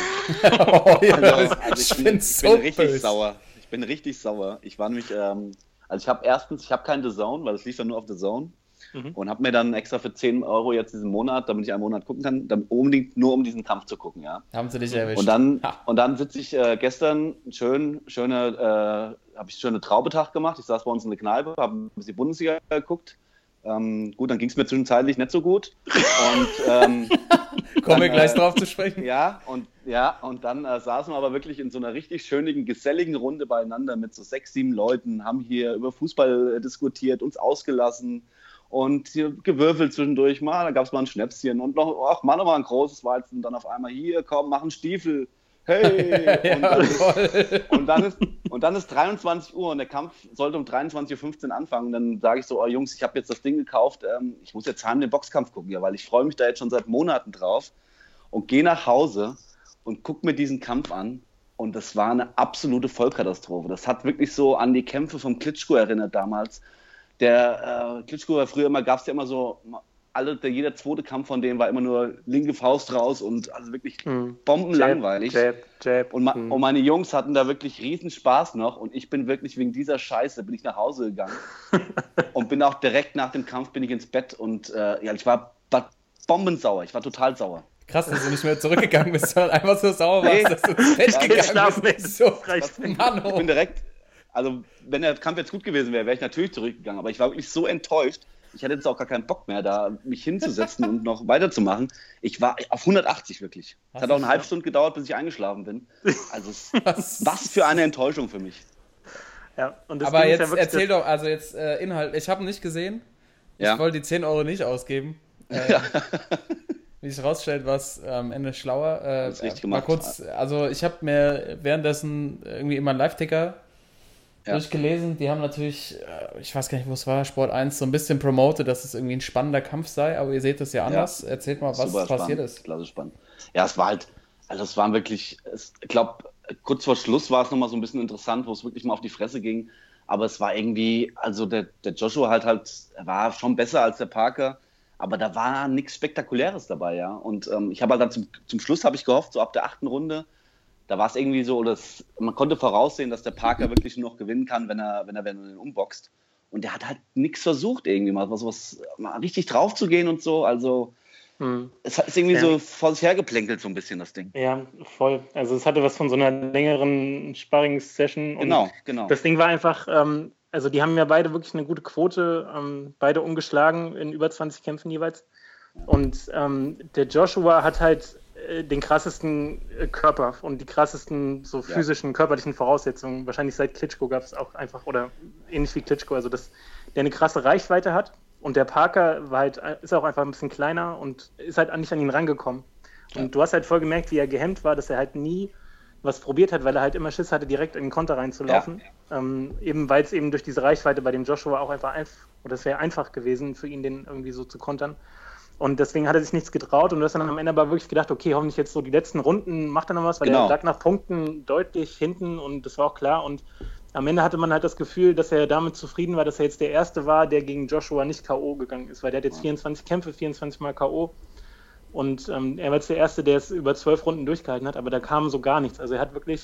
Ich bin richtig sauer. Ich bin richtig sauer. Ich war nämlich, ich habe kein The Zone, weil es lief ja nur auf The Zone. Und habe mir dann extra für 10 Euro jetzt diesen Monat, damit ich einen Monat gucken kann, unbedingt nur um diesen Kampf zu gucken, ja. Haben sie dich erwischt. Und dann sitze ich gestern schöne Traubetag gemacht. Ich saß bei uns in der Kneipe, habe ein bisschen Bundesliga geguckt. Gut, dann ging es mir zwischenzeitlich nicht so gut. Und kommen wir gleich drauf zu sprechen. und dann saßen wir aber wirklich in so einer richtig schönen, geselligen Runde beieinander mit so 6, 7 Leuten, haben hier über Fußball diskutiert, uns ausgelassen und hier gewürfelt zwischendurch mal. Da gab es mal ein Schnäpschen und noch mal ein großes Weizen und dann auf einmal hier, komm, mach einen Stiefel hey! Ja, Und dann ist 23 Uhr und der Kampf sollte um 23:15 Uhr anfangen. Dann sage ich so, oh Jungs, ich habe jetzt das Ding gekauft, ich muss jetzt heim den Boxkampf gucken, ja, weil ich freue mich da jetzt schon seit Monaten drauf und gehe nach Hause und gucke mir diesen Kampf an. Und das war eine absolute Vollkatastrophe. Das hat wirklich so an die Kämpfe vom Klitschko erinnert damals. Der Klitschko war früher immer, gab es ja immer so, jeder zweite Kampf von dem war immer nur linke Faust raus und also wirklich bombenlangweilig. Jab. Und meine Jungs hatten da wirklich riesen Spaß noch und ich bin wirklich wegen dieser Scheiße, bin ich nach Hause gegangen und bin auch direkt nach dem Kampf bin ich ins Bett und ich war bombensauer, ich war total sauer. Krass, dass du nicht mehr zurückgegangen bist, sondern einfach so sauer warst, dass du ins Bett gegangen bist. So, Mann, ich bin direkt, also wenn der Kampf jetzt gut gewesen wäre, wäre ich natürlich zurückgegangen, aber ich war wirklich so enttäuscht, ich hatte jetzt auch gar keinen Bock mehr, da mich hinzusetzen und noch weiterzumachen. Ich war auf 180 wirklich. Es hat auch eine halbe Stunde gedauert, bis ich eingeschlafen bin. Also was für eine Enttäuschung für mich. Ja, und aber jetzt ja erzähl doch, also jetzt Inhalt, ich habe ihn nicht gesehen, ich wollte die 10 Euro nicht ausgeben. Wie es rausstellt, war es am Ende schlauer. Richtig mal gemacht. kurz, also ich habe mir währenddessen irgendwie immer einen Live-Ticker durchgelesen. Die haben natürlich, ich weiß gar nicht, wo es war, Sport 1, so ein bisschen promotet, dass es irgendwie ein spannender Kampf sei, aber ihr seht das ja anders. Erzählt mal, was passiert ist. Klasse spannend. Ja, es war halt, also es waren wirklich, ich glaube, kurz vor Schluss war es nochmal so ein bisschen interessant, wo es wirklich mal auf die Fresse ging, aber es war irgendwie, also der Joshua halt war schon besser als der Parker, aber da war nichts Spektakuläres dabei, ja. Und ich habe halt dann zum Schluss habe ich gehofft, so ab der 8. Runde, da war es irgendwie so, man konnte voraussehen, dass der Parker wirklich nur noch gewinnen kann, wenn er den umboxt. Und der hat halt nichts versucht, irgendwie mal richtig drauf zu gehen und so. Also es ist irgendwie so vor sich hergeplänkelt, so ein bisschen das Ding. Ja, voll. Also es hatte was von so einer längeren Sparrings-Session. Genau. Das Ding war einfach, also die haben ja beide wirklich eine gute Quote, beide ungeschlagen in über 20 Kämpfen jeweils. Und der Joshua hat halt den krassesten Körper und die krassesten so physischen, körperlichen Voraussetzungen. Wahrscheinlich seit Klitschko gab es auch einfach, oder ähnlich wie Klitschko, also der eine krasse Reichweite hat. Und der Parker ist auch einfach ein bisschen kleiner und ist halt nicht an ihn rangekommen. Und du hast halt voll gemerkt, wie er gehemmt war, dass er halt nie was probiert hat, weil er halt immer Schiss hatte, direkt in den Konter reinzulaufen. Eben weil es eben durch diese Reichweite bei dem Joshua auch einfach oder es wäre einfach gewesen für ihn, den irgendwie so zu kontern. Und deswegen hat er sich nichts getraut und du hast dann am Ende aber wirklich gedacht, okay, hoffentlich jetzt so die letzten Runden macht er noch was, weil er lag nach Punkten deutlich hinten und das war auch klar. Und am Ende hatte man halt das Gefühl, dass er damit zufrieden war, dass er jetzt der Erste war, der gegen Joshua nicht K.O. gegangen ist, weil der hat jetzt 24 Kämpfe, 24 Mal K.O. Und er war jetzt der Erste, der es über 12 Runden durchgehalten hat, aber da kam so gar nichts. Also er hat wirklich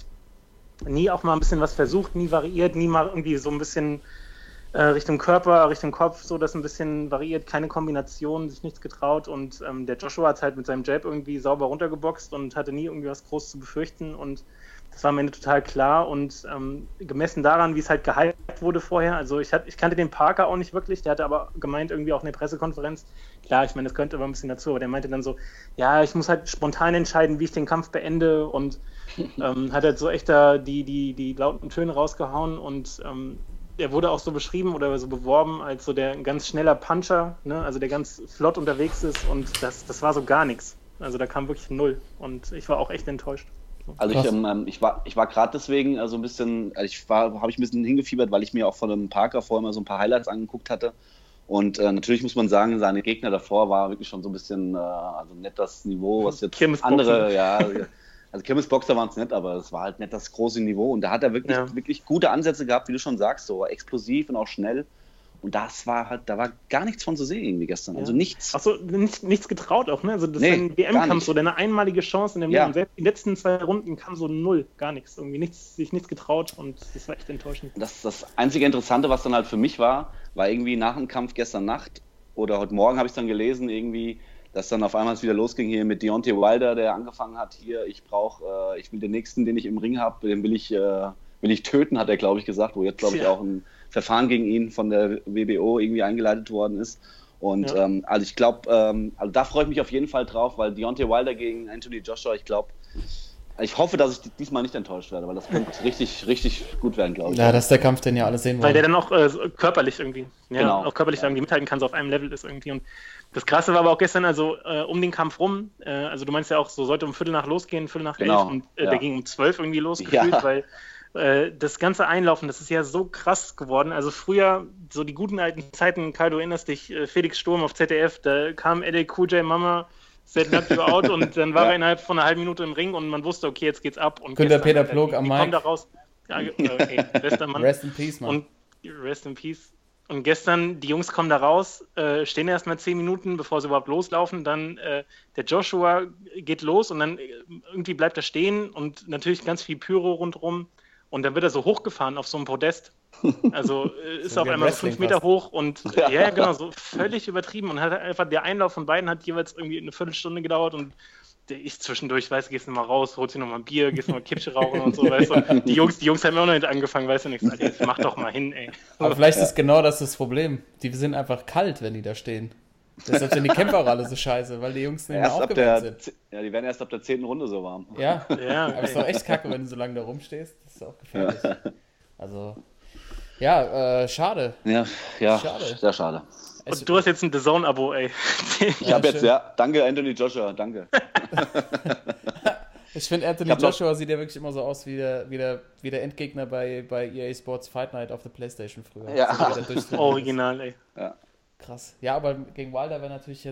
nie auch mal ein bisschen was versucht, nie variiert, nie mal irgendwie so ein bisschen Richtung Körper, Richtung Kopf, so das ein bisschen variiert, keine Kombination, sich nichts getraut und der Joshua hat halt mit seinem Jab irgendwie sauber runtergeboxt und hatte nie irgendwie was groß zu befürchten und das war am Ende total klar und gemessen daran, wie es halt gehypt wurde vorher, also ich kannte den Parker auch nicht wirklich, der hatte aber gemeint irgendwie auch in der Pressekonferenz, klar, ich meine, das gehört aber ein bisschen dazu, aber der meinte dann so, ja, ich muss halt spontan entscheiden, wie ich den Kampf beende und hat halt so echt da die lauten Töne rausgehauen und er wurde auch so beschrieben oder so beworben als so der ganz schneller Puncher, ne? Also der ganz flott unterwegs ist und das war so gar nichts. Also da kam wirklich null und ich war auch echt enttäuscht. Also ich war gerade deswegen so ein bisschen, habe ich ein bisschen hingefiebert, weil ich mir auch von dem Parker vorher mal so ein paar Highlights angeguckt hatte und natürlich muss man sagen, seine Gegner davor war wirklich schon so ein bisschen, also nicht das Niveau, was jetzt andere, also Kirmesboxer waren es nicht, aber es war halt nicht das große Niveau und da hat er wirklich gute Ansätze gehabt, wie du schon sagst, so explosiv und auch schnell und da war gar nichts von zu sehen irgendwie gestern, also nichts. Achso, nichts getraut auch, ne? Also das war ein WM-Kampf, so eine einmalige Chance in dem Leben. Selbst die letzten 2 Runden kam so null, gar nichts, irgendwie sich nichts getraut und das war echt enttäuschend. Das einzige Interessante, was dann halt für mich war irgendwie nach dem Kampf gestern Nacht oder heute Morgen habe ich dann gelesen irgendwie, dass dann auf einmal es wieder losging hier mit Deontay Wilder, der angefangen hat, hier, ich will den nächsten, den ich im Ring habe, den will ich töten, hat er, glaube ich, gesagt, wo jetzt, glaube ich, auch ein Verfahren gegen ihn von der WBO irgendwie eingeleitet worden ist. Und also ich glaube, also da freue ich mich auf jeden Fall drauf, weil Deontay Wilder gegen Anthony Joshua, ich glaube, Ich hoffe, dass ich diesmal nicht enttäuscht werde, weil das könnte richtig, richtig gut werden, glaube ich. Ja, das ist der Kampf, den ja alle sehen wollen. Weil der dann auch körperlich irgendwie, Genau. auch körperlich irgendwie mithalten kann, so auf einem Level ist irgendwie. Und das Krasse war aber auch gestern, also um den Kampf rum, also du meinst ja auch, so sollte um Viertel nach losgehen, Viertel nach 11 und der ging um 12 irgendwie losgefühlt, weil das ganze Einlaufen, das ist ja so krass geworden. Also früher, so die guten alten Zeiten, Kai, du erinnerst dich, Felix Sturm auf ZDF, da kam LL Cool J Mama, set knock you out und dann war er innerhalb von einer halben Minute im Ring und man wusste, okay, jetzt geht's ab. Und Günther Peter Plog am Mic. Mic. Kommt da raus. Ja, okay, bester Mann. Rest in Peace, Mann. Und Rest in Peace. Und gestern, die Jungs kommen da raus, stehen erst mal 10 Minuten, bevor sie überhaupt loslaufen. Dann der Joshua geht los und dann irgendwie bleibt er stehen und natürlich ganz viel Pyro rundherum. Und dann wird er so hochgefahren auf so einem Podest. Also ist So auf wie einmal Wrestling 5 Meter fast. hoch und ja, genau, so völlig übertrieben. Und hat einfach der Einlauf von beiden hat jeweils irgendwie eine Viertelstunde gedauert und ich zwischendurch, weißt du, gehst nochmal raus, holst dir nochmal ein Bier, gehst nochmal Kippchen rauchen und so, weißt du. Die Jungs haben auch noch nicht angefangen, weißt du, nichts. Alter, jetzt mach doch mal hin, ey. Aber vielleicht ist genau das Problem. Die sind einfach kalt, wenn die da stehen. Deshalb sind die Kämpfer auch alle so scheiße, weil die Jungs nicht mehr Erst ab aufgewärmt sind. ja, die werden erst ab der 10. Runde so warm. Ja, Ja, aber es ist doch echt kacke, wenn du so lange da rumstehst. Das ist auch gefährlich. Also, ja, schade. Ja, Schade. sehr schade. Und du hast jetzt ein DAZN-Abo, ey. Ich habe jetzt, schön. danke Anthony Joshua, danke. Ich finde, Anthony Joshua sieht ja wirklich immer so aus wie der Endgegner bei EA Sports Fight Night auf der Playstation früher. Ja. So, wie der durchtrainiert ist. Original, ey. Ja. Krass. Ja, aber gegen Wilder wäre natürlich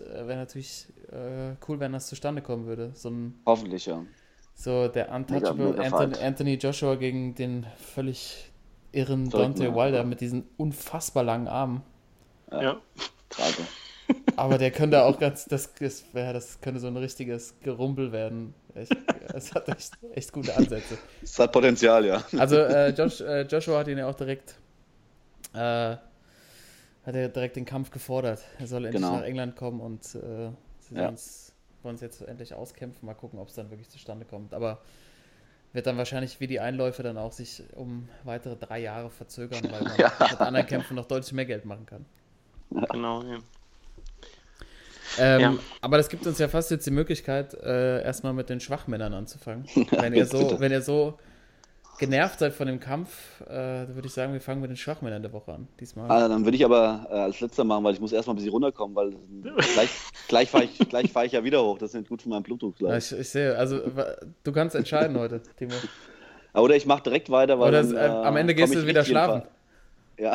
cool, wenn das zustande kommen würde. Hoffentlich, ja. So der Untouchable Mega Fight. Anthony Joshua gegen den völlig irren Verrückten, Deontay ja. Wilder mit diesen unfassbar langen Armen. Ja. Trage. Aber der könnte auch das könnte so ein richtiges Gerumpel werden. Es hat echt gute Ansätze. Es hat Potenzial, ja. Also Joshua hat ihn ja auch direkt den Kampf gefordert. Er soll endlich Genau. nach England kommen und sie Ja. wollen es jetzt endlich auskämpfen. Mal gucken, ob es dann wirklich zustande kommt. Aber wird dann wahrscheinlich wie die Einläufe dann auch sich um weitere 3 Jahre verzögern, weil man mit anderen Kämpfen noch deutlich mehr Geld machen kann. Genau, ja. Aber das gibt uns ja fast jetzt die Möglichkeit, erstmal mit den Schwachmännern anzufangen. Wenn ihr so genervt seid von dem Kampf, würde ich sagen, wir fangen mit den Schwachmännern der Woche an. Diesmal. Dann würde ich aber als letzter machen, weil ich muss erstmal ein bisschen runterkommen, weil gleich fahre ich ja wieder hoch. Das ist nicht gut für meinen Blutdruck. Ja, ich sehe, also du kannst entscheiden heute, Timo. Oder ich mache direkt weiter, weil Oder dann, am Ende gehst komm du ich wieder richtig schlafen. Ja.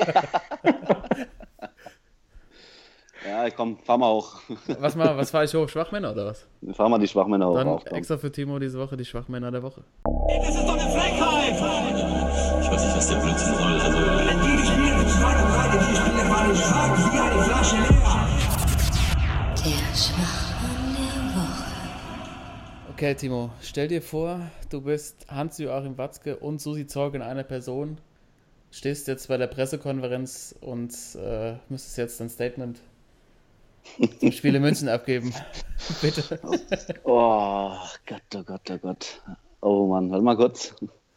Ja, komm, fahr mal hoch. Was fahre ich hoch? Schwachmänner oder was? Fahr mal die Schwachmänner hoch. Dann Auf, komm. extra für Timo diese Woche die Schwachmänner der Woche. Das ist doch eine Frechheit! Ich weiß nicht, was der Blödsinn soll. Also, Die Spiele mit 2 und 3, die Spiele waren stark wie eine Flasche leer. Der Schwachmann der Woche. Okay, Timo, stell dir vor, du bist Hans-Joachim Watzke und Susi Zorg in einer Person, stehst jetzt bei der Pressekonferenz und müsstest jetzt ein Statement zum Spiel in München abgeben. Bitte. Oh Gott, oh Gott, oh Gott. Oh Mann, warte mal kurz.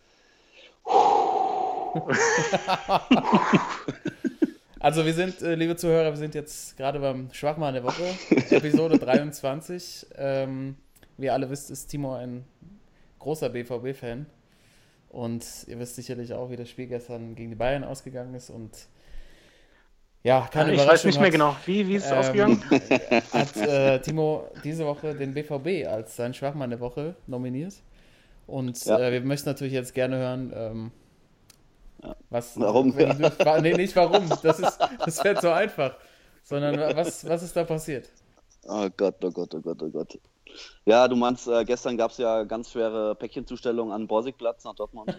Also wir sind, liebe Zuhörer, wir sind jetzt gerade beim Schwachmann der Woche, Episode 23. Wie ihr alle wisst, ist Timo ein großer BVB-Fan. Und ihr wisst sicherlich auch, wie das Spiel gestern gegen die Bayern ausgegangen ist. Und ja, keine Ich Überraschung. weiß nicht mehr genau. Wie ist es ausgegangen? Hat Timo diese Woche den BVB als seinen Schwachmann der Woche nominiert. Und wir möchten natürlich jetzt gerne hören, was. Warum? Nee, nicht warum. Das wäre zu einfach. Sondern was ist da passiert? Oh Gott, oh Gott, oh Gott, oh Gott. Ja, du meinst, gestern gab es ja ganz schwere Päckchenzustellung an Borsigplatz nach Dortmund.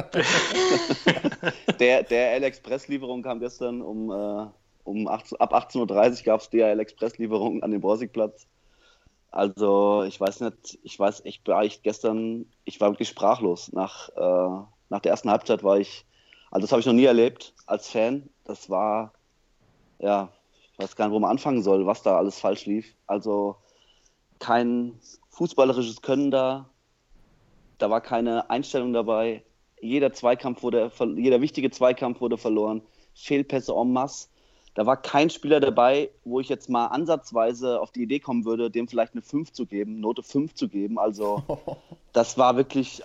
Der DHL-Express-Lieferung kam gestern ab 18:30 Uhr gab es DHL-Express-Lieferung an den Borsigplatz. Also ich weiß nicht, ich war wirklich sprachlos. Nach der ersten Halbzeit also das habe ich noch nie erlebt als Fan. Das war, ja, ich weiß gar nicht, wo man anfangen soll, was da alles falsch lief. Also kein fußballerisches Können da war keine Einstellung dabei. Jeder wichtige Zweikampf wurde verloren, Fehlpässe en masse. da war kein Spieler dabei, wo ich jetzt mal ansatzweise auf die Idee kommen würde, dem vielleicht eine 5 zu geben, Note 5 zu geben. Also das war wirklich,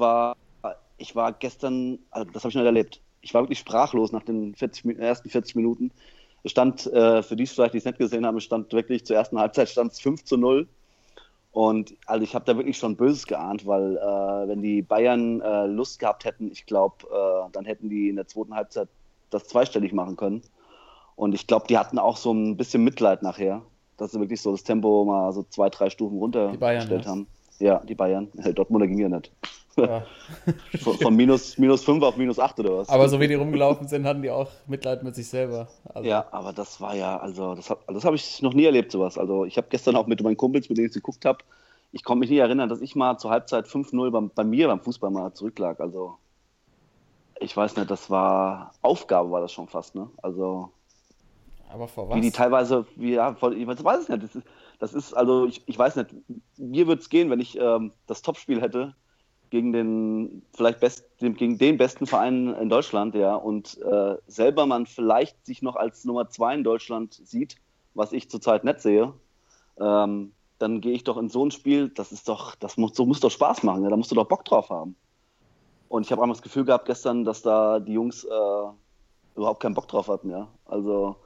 ich war gestern, also das habe ich noch nicht erlebt. Ich war wirklich sprachlos nach den ersten 40 Minuten. Es stand, für die es vielleicht nicht gesehen haben, es stand wirklich zur ersten Halbzeit stand es 5-0. Und also ich habe da wirklich schon Böses geahnt, weil wenn die Bayern Lust gehabt hätten, ich glaube, dann hätten die in der zweiten Halbzeit das zweistellig machen können. Und ich glaube, die hatten auch so ein bisschen Mitleid nachher, dass sie wirklich so das Tempo mal so 2-3 Stufen runtergestellt haben. Ja, die Bayern. Dortmunder ging ja nicht. Ja. Von minus 5 auf minus 8 oder was. Aber so wie die rumgelaufen sind, hatten die auch Mitleid mit sich selber. Also. Ja, aber das war ja, also das habe ich noch nie erlebt, sowas. Also ich habe gestern auch mit meinen Kumpels, mit denen ich geguckt habe, ich konnte mich nie erinnern, dass ich mal zur Halbzeit 5-0 bei mir beim Fußball mal zurücklag. Also ich weiß nicht, das war Aufgabe, war das schon fast, ne? Also aber vor was? Wie die teilweise, ich weiß es nicht. Das ist also, ich weiß nicht, mir würde es gehen, wenn ich das Topspiel hätte gegen den besten Verein in Deutschland, ja, und selber man vielleicht sich noch als Nummer 2 in Deutschland sieht, was ich zurzeit nicht sehe, dann gehe ich doch in so ein Spiel, das muss doch Spaß machen, ja, da musst du doch Bock drauf haben. Und ich habe einmal das Gefühl gehabt gestern, dass da die Jungs überhaupt keinen Bock drauf hatten, ja. Also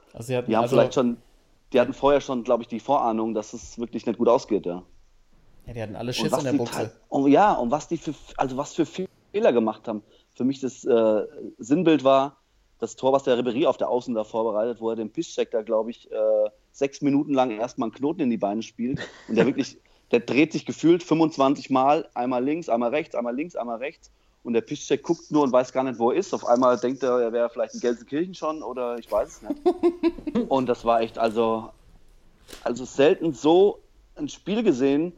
die hatten vorher schon, glaube ich, die Vorahnung, dass es wirklich nicht gut ausgeht, ja. Ja, die hatten alle Schiss in der Buchse. Und was für Fehler gemacht haben. Für mich das Sinnbild war das Tor, was der Ribéry auf der Außen da vorbereitet, wo er den Piszczek da, glaube ich, 6 Minuten lang erstmal einen Knoten in die Beine spielt. Und der dreht sich gefühlt 25 Mal, einmal links, einmal rechts, einmal links, einmal rechts. Und der Piszczek guckt nur und weiß gar nicht, wo er ist. Auf einmal denkt er wäre vielleicht in Gelsenkirchen schon oder ich weiß es nicht. Und das war echt, also selten so ein Spiel gesehen,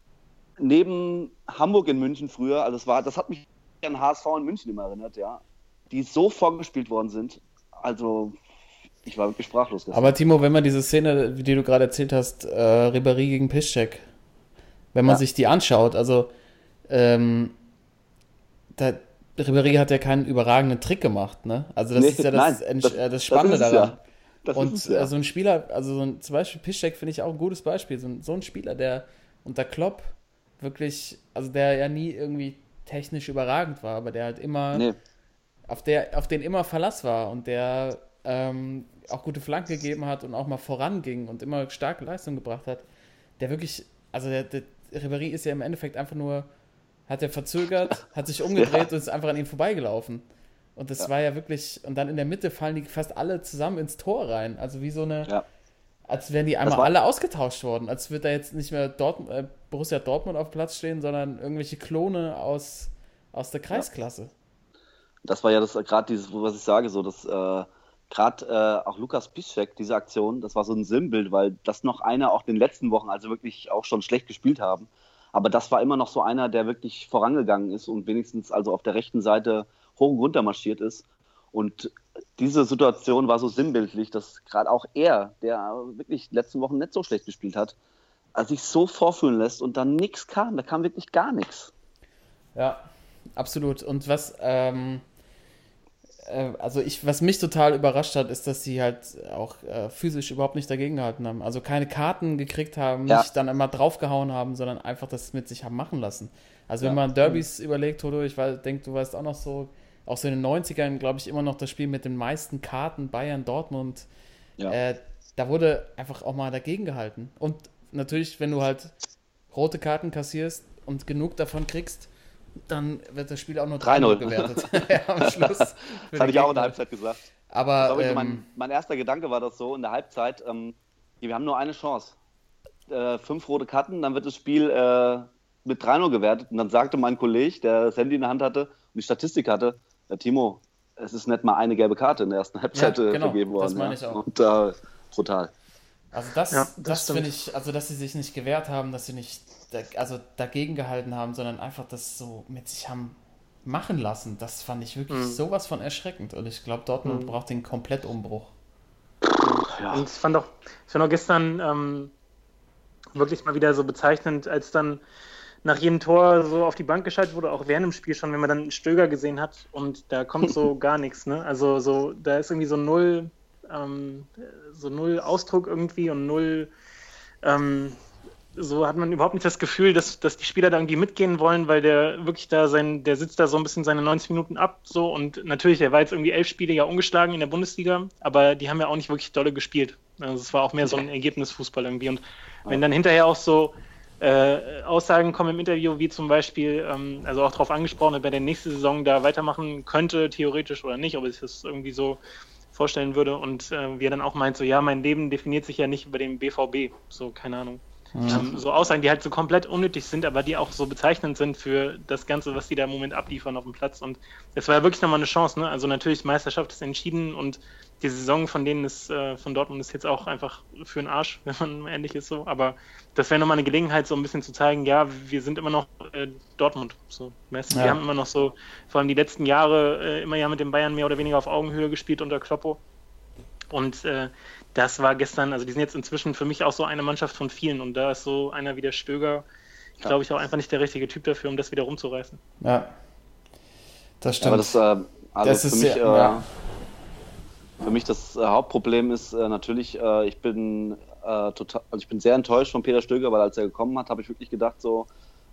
neben Hamburg in München früher. Also das hat mich an HSV in München immer erinnert, ja. Die so vorgespielt worden sind. Also ich war wirklich sprachlos gestern. Aber Timo, wenn man diese Szene, die du gerade erzählt hast, Ribéry gegen Piszczek, wenn man sich die anschaut, also Ribéry hat ja keinen überragenden Trick gemacht, ne? Also das ist ja das Spannende daran. Und so ein Spieler, zum Beispiel Piszczek finde ich auch ein gutes Beispiel. So ein Spieler, der unter Klopp wirklich, also der ja nie irgendwie technisch überragend war, aber der halt immer, auf den immer Verlass war und der auch gute Flanken gegeben hat und auch mal voranging und immer starke Leistung gebracht hat, der wirklich, also der Ribéry ist ja im Endeffekt einfach nur, hat er verzögert, hat sich umgedreht und ist einfach an ihm vorbeigelaufen. Und das war ja wirklich, und dann in der Mitte fallen die fast alle zusammen ins Tor rein. Also wie so eine, als wären die einmal alle ausgetauscht worden. Als würde da jetzt nicht mehr Borussia Dortmund auf Platz stehen, sondern irgendwelche Klone aus der Kreisklasse. Das war ja das gerade dieses, was ich sage, so dass gerade auch Lukas Piszczek, diese Aktion, das war so ein Sinnbild, weil das noch einer auch in den letzten Wochen, also wirklich auch schon schlecht gespielt haben. Aber das war immer noch so einer, der wirklich vorangegangen ist und wenigstens also auf der rechten Seite hoch und runter marschiert ist. Und diese Situation war so sinnbildlich, dass gerade auch er, der wirklich die letzten Wochen nicht so schlecht gespielt hat, sich so vorführen lässt und dann nichts kam. Da kam wirklich gar nichts. Ja, absolut. Und was mich total überrascht hat, ist, dass sie halt auch physisch überhaupt nicht dagegen gehalten haben. Also keine Karten gekriegt haben, nicht dann immer draufgehauen haben, sondern einfach das mit sich haben machen lassen. Also wenn man Derbys überlegt, Toto, ich denke, du weißt auch noch so, auch so in den 90ern, glaube ich, immer noch das Spiel mit den meisten Karten, Bayern, Dortmund. Ja. Da wurde einfach auch mal dagegen gehalten. Und natürlich, wenn du halt rote Karten kassierst und genug davon kriegst, dann wird das Spiel auch nur 3-0 bewertet. Ja, am Schluss. Das hatte ich auch in der Halbzeit gesagt. Aber mein erster Gedanke war das so in der Halbzeit, wir haben nur eine Chance. 5 rote Karten, dann wird das Spiel mit 3-0 gewertet. Und dann sagte mein Kollege, der das Handy in der Hand hatte und die Statistik hatte, Timo, es ist nicht mal eine gelbe Karte in der ersten Halbzeit vergeben worden. Das meine ich auch. Und brutal. Also das finde ich, also dass sie sich nicht gewehrt haben, dass sie nicht dagegen gehalten haben, sondern einfach das so mit sich haben machen lassen, das fand ich wirklich sowas von erschreckend. Und ich glaube, Dortmund braucht den Komplettumbruch. Ja. Und ich fand auch gestern wirklich mal wieder so bezeichnend, als dann nach jedem Tor so auf die Bank geschaltet wurde, auch während dem Spiel schon, wenn man dann einen Stöger gesehen hat und da kommt so gar nichts, ne? Also so, da ist irgendwie so null Ausdruck irgendwie und null, so hat man überhaupt nicht das Gefühl, dass die Spieler da irgendwie mitgehen wollen, weil der wirklich der sitzt da so ein bisschen seine 90 Minuten ab, so, und natürlich, der war jetzt irgendwie 11 Spiele ja ungeschlagen in der Bundesliga, aber die haben ja auch nicht wirklich dolle gespielt. Also es war auch mehr so ein Ergebnisfußball irgendwie, und wenn dann hinterher auch so Aussagen kommen im Interview, wie zum Beispiel, also auch darauf angesprochen, ob er der nächste Saison da weitermachen könnte, theoretisch oder nicht, ob er sich das irgendwie so vorstellen würde, und wie er dann auch meint, so, ja, mein Leben definiert sich ja nicht über den BVB, so, keine Ahnung. So Aussagen, die halt so komplett unnötig sind, aber die auch so bezeichnend sind für das Ganze, was die da im Moment abliefern auf dem Platz. Und es war ja wirklich nochmal eine Chance, ne? Also natürlich, Meisterschaft ist entschieden, und die Saison von Dortmund ist jetzt auch einfach für den Arsch, wenn man ehrlich ist, so. Aber das wäre nochmal eine Gelegenheit, so ein bisschen zu zeigen, ja, wir sind immer noch Dortmund. So. Wir haben immer noch so, vor allem die letzten Jahre, immer ja mit den Bayern mehr oder weniger auf Augenhöhe gespielt unter Kloppo. Und das war gestern, also die sind jetzt inzwischen für mich auch so eine Mannschaft von vielen, und da ist so einer wie der Stöger, glaube ich, auch einfach nicht der richtige Typ dafür, um das wieder rumzureißen. Ja, das stimmt. Aber das für ist mich, ja. Für mich das Hauptproblem ist natürlich, ich bin sehr enttäuscht von Peter Stöger, weil als er gekommen hat, habe ich wirklich gedacht, so,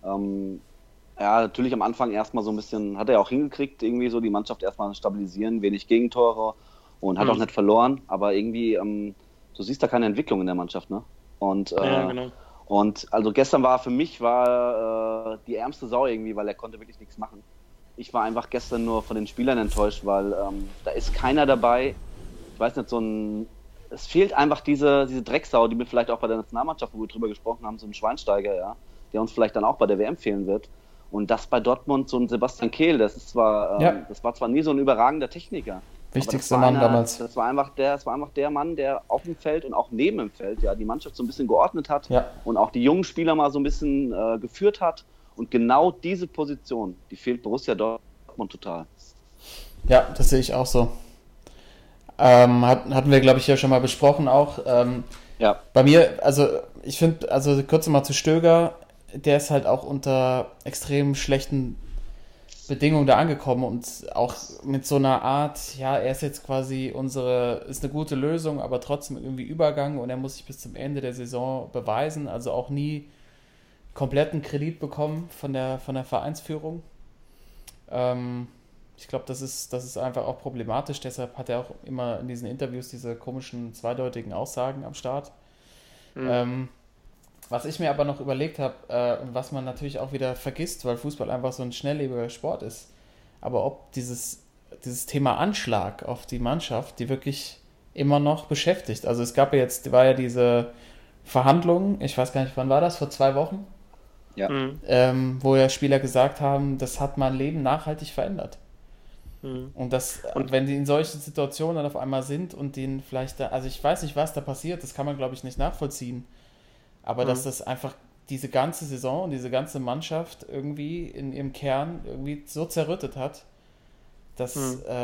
natürlich am Anfang erstmal so ein bisschen, hat er auch hingekriegt, irgendwie so die Mannschaft erstmal stabilisieren, wenig Gegentore und hat auch nicht verloren, aber irgendwie, du siehst da keine Entwicklung in der Mannschaft, ne? Und, genau. Und also gestern war für mich die ärmste Sau irgendwie, weil er konnte wirklich nichts machen. Ich war einfach gestern nur von den Spielern enttäuscht, weil da ist keiner dabei. Ich weiß nicht, es fehlt einfach diese Drecksau, die mir vielleicht auch bei der Nationalmannschaft, wo wir drüber gesprochen haben, so ein Schweinsteiger, ja, der uns vielleicht dann auch bei der WM fehlen wird. Und das bei Dortmund, so ein Sebastian Kehl, das war zwar nie so ein überragender Techniker. Wichtigster Mann damals. Das war einfach der Mann, der auf dem Feld und auch neben dem Feld ja die Mannschaft so ein bisschen geordnet hat und auch die jungen Spieler mal so ein bisschen geführt hat. Und genau diese Position, die fehlt Borussia Dortmund total. Ja, das sehe ich auch so. Hatten wir, glaube ich, ja schon mal besprochen auch. Bei mir, also ich finde, also kurz mal zu Stöger, der ist halt auch unter extrem schlechten Bedingungen da angekommen und auch mit so einer Art, ja, er ist jetzt quasi ist eine gute Lösung, aber trotzdem irgendwie Übergang, und er muss sich bis zum Ende der Saison beweisen, also auch nie kompletten Kredit bekommen von der Vereinsführung. Ich glaube, das ist einfach auch problematisch, deshalb hat er auch immer in diesen Interviews diese komischen zweideutigen Aussagen am Start. Was ich mir aber noch überlegt habe, und was man natürlich auch wieder vergisst, weil Fußball einfach so ein schnelllebiger Sport ist, aber ob dieses Thema Anschlag auf die Mannschaft, die wirklich immer noch beschäftigt. Also es war ja diese Verhandlungen, ich weiß gar nicht, wann war das, vor 2 Wochen? Ja. Wo ja Spieler gesagt haben, das hat mein Leben nachhaltig verändert. Und wenn die in solchen Situationen dann auf einmal sind und denen vielleicht also ich weiß nicht, was da passiert, das kann man, glaube ich, nicht nachvollziehen. Aber dass das einfach diese ganze Saison und diese ganze Mannschaft irgendwie in ihrem Kern irgendwie so zerrüttet hat, dass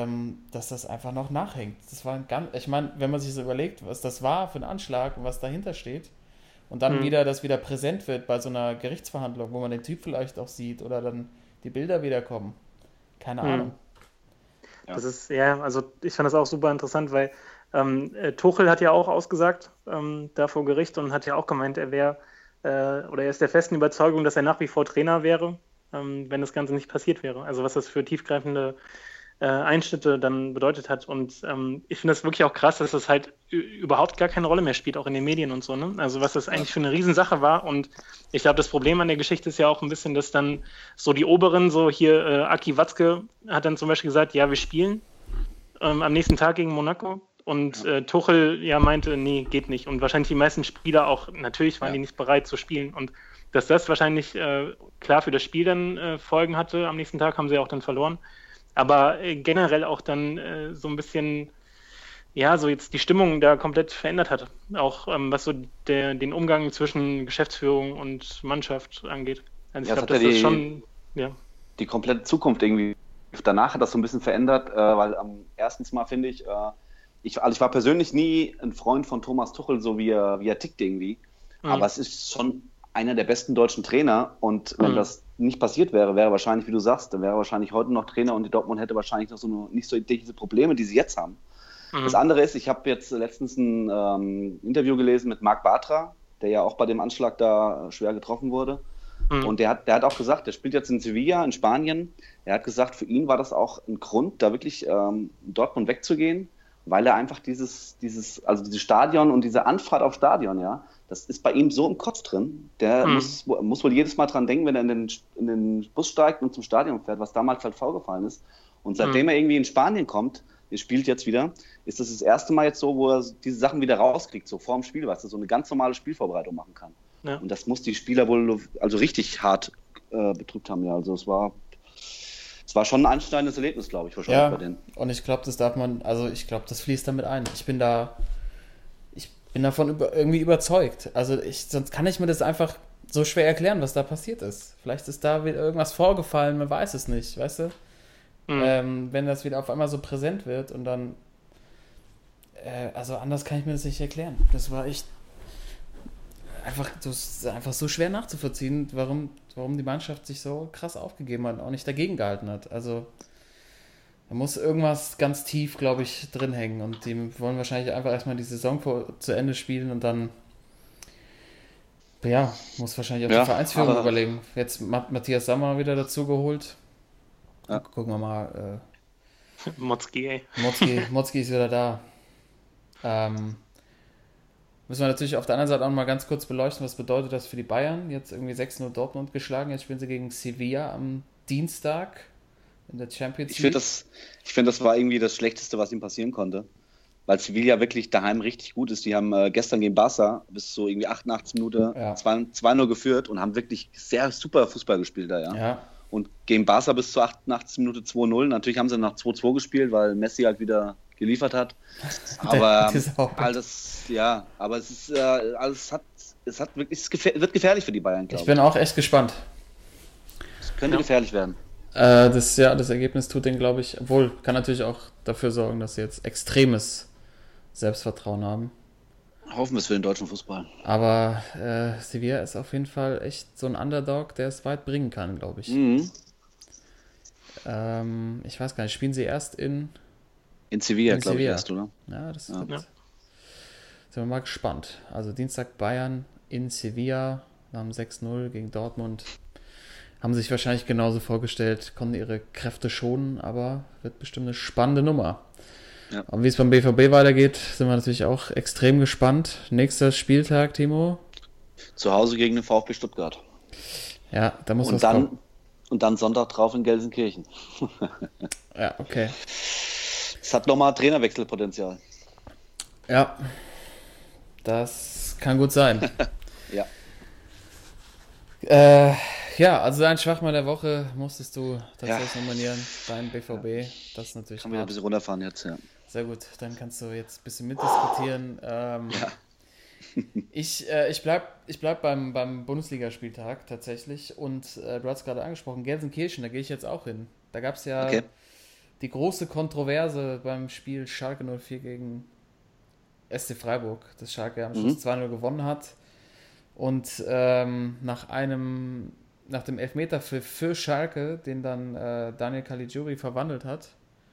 das einfach noch nachhängt. Das war ich meine, wenn man sich so überlegt, was das war für ein Anschlag und was dahinter steht, und dann das wieder präsent wird bei so einer Gerichtsverhandlung, wo man den Typ vielleicht auch sieht oder dann die Bilder wiederkommen. Keine Ahnung. Ja. Das ist, also ich fand das auch super interessant, weil Tuchel hat ja auch ausgesagt da vor Gericht und hat ja auch gemeint, er ist der festen Überzeugung, dass er nach wie vor Trainer wäre, wenn das Ganze nicht passiert wäre. Also was das für tiefgreifende Einschnitte dann bedeutet hat. Und ich finde das wirklich auch krass, dass das halt überhaupt gar keine Rolle mehr spielt, auch in den Medien und so, ne? Also was das eigentlich für eine Riesensache war. Und ich glaube, das Problem an der Geschichte ist ja auch ein bisschen, dass dann so die Oberen, so hier Aki Watzke hat dann zum Beispiel gesagt, ja, wir spielen am nächsten Tag gegen Monaco. Und Tuchel meinte, nee, geht nicht. Und wahrscheinlich die meisten Spieler auch, natürlich waren die nicht bereit zu spielen. Und dass das wahrscheinlich klar für das Spiel dann Folgen hatte, am nächsten Tag haben sie auch dann verloren. Aber generell auch dann so ein bisschen, so jetzt die Stimmung da komplett verändert hat. Auch was so den Umgang zwischen Geschäftsführung und Mannschaft angeht. Also ich glaube, das ist schon, die komplette Zukunft irgendwie. Danach hat das so ein bisschen verändert, weil erstens mal finde ich, ich war persönlich nie ein Freund von Thomas Tuchel, so wie er tickt irgendwie. Aber es ist schon einer der besten deutschen Trainer, und wenn das nicht passiert wäre wahrscheinlich, wie du sagst, dann wäre wahrscheinlich heute noch Trainer, und die Dortmund hätte wahrscheinlich noch nicht so diese Probleme, die sie jetzt haben. Das andere ist, ich habe jetzt letztens ein Interview gelesen mit Marc Bartra, der ja auch bei dem Anschlag da schwer getroffen wurde. Und der hat auch gesagt, der spielt jetzt in Sevilla, in Spanien. Er hat gesagt, für ihn war das auch ein Grund, da wirklich Dortmund wegzugehen, weil er einfach dieses Stadion und diese Anfahrt auf Stadion, ja, das ist bei ihm so im Kopf drin. Der muss wohl jedes Mal dran denken, wenn er in den Bus steigt und zum Stadion fährt, was damals halt vorgefallen ist. Und seitdem er irgendwie in Spanien kommt, er spielt jetzt wieder, ist das erste Mal jetzt so, wo er diese Sachen wieder rauskriegt, so vor dem Spiel, was er so eine ganz normale Spielvorbereitung machen kann. Ja. Und das muss die Spieler wohl also richtig hart betrübt haben. Ja. Also es war schon ein einschneidendes Erlebnis, glaube ich, wahrscheinlich bei denen. Und ich glaube, das fließt damit ein. Ich bin davon irgendwie überzeugt. Also sonst kann ich mir das einfach so schwer erklären, was da passiert ist. Vielleicht ist da wieder irgendwas vorgefallen, man weiß es nicht, weißt du? Wenn das wieder auf einmal so präsent wird und dann also anders kann ich mir das nicht erklären. Das war echt einfach so schwer nachzuvollziehen, warum die Mannschaft sich so krass aufgegeben hat und auch nicht dagegen gehalten hat. Also da muss irgendwas ganz tief, glaube ich, drin hängen und die wollen wahrscheinlich einfach erstmal die Saison zu Ende spielen und dann muss wahrscheinlich auch die Vereinsführung überlegen. Jetzt Matthias Sammer wieder dazu geholt. Ja. Gucken wir mal. Motzki, ey. Motzki ist wieder da. Müssen wir natürlich auf der anderen Seite auch mal ganz kurz beleuchten, was bedeutet das für die Bayern? Jetzt irgendwie 6-0 Dortmund geschlagen, jetzt spielen sie gegen Sevilla am Dienstag in der Champions League. Ich finde, das war irgendwie das Schlechteste, was ihm passieren konnte, weil Sevilla wirklich daheim richtig gut ist. Die haben gestern gegen Barca bis so irgendwie 88 Minuten 2-0 geführt und haben wirklich sehr super Fußball gespielt da, ja. Und gegen Barca bis zur 88 Minute 2-0. Natürlich haben sie nach 2-2 gespielt, weil Messi halt wieder geliefert hat. Aber alles, aber es ist wird gefährlich für die Bayern, glaube ich. Ich bin auch echt gespannt. Es könnte gefährlich werden. Das Ergebnis tut denen, glaube ich, kann natürlich auch dafür sorgen, dass sie jetzt extremes Selbstvertrauen haben. Hoffen wir es für den deutschen Fußball. Aber Sevilla ist auf jeden Fall echt so ein Underdog, der es weit bringen kann, glaube ich. Ich weiß gar nicht, spielen sie erst in Sevilla, glaube ich, erst, oder? Ja, sind wir mal gespannt. Also Dienstag Bayern in Sevilla, haben 6-0 gegen Dortmund. Haben sich wahrscheinlich genauso vorgestellt, konnten ihre Kräfte schonen, aber wird bestimmt eine spannende Nummer. Ja. Und wie es beim BVB weitergeht, sind wir natürlich auch extrem gespannt. Nächster Spieltag, Timo? Zu Hause gegen den VfB Stuttgart. Ja, da muss was kommen. Und dann Sonntag drauf in Gelsenkirchen. Ja, okay. Es hat nochmal Trainerwechselpotenzial. Ja, das kann gut sein. Also dein Schwachmann der Woche musstest du tatsächlich nominieren beim BVB. Das ist natürlich kann wieder ein bisschen runterfahren jetzt, ja. Sehr gut, dann kannst du jetzt ein bisschen mitdiskutieren. Ich bleib beim Bundesligaspieltag tatsächlich und du hast gerade angesprochen, Gelsenkirchen, da gehe ich jetzt auch hin. Da gab es die große Kontroverse beim Spiel Schalke 04 gegen SC Freiburg, das Schalke am Schluss 2-0 gewonnen hat und nach dem Elfmeter für Schalke, den dann Daniel Caligiuri verwandelt hat,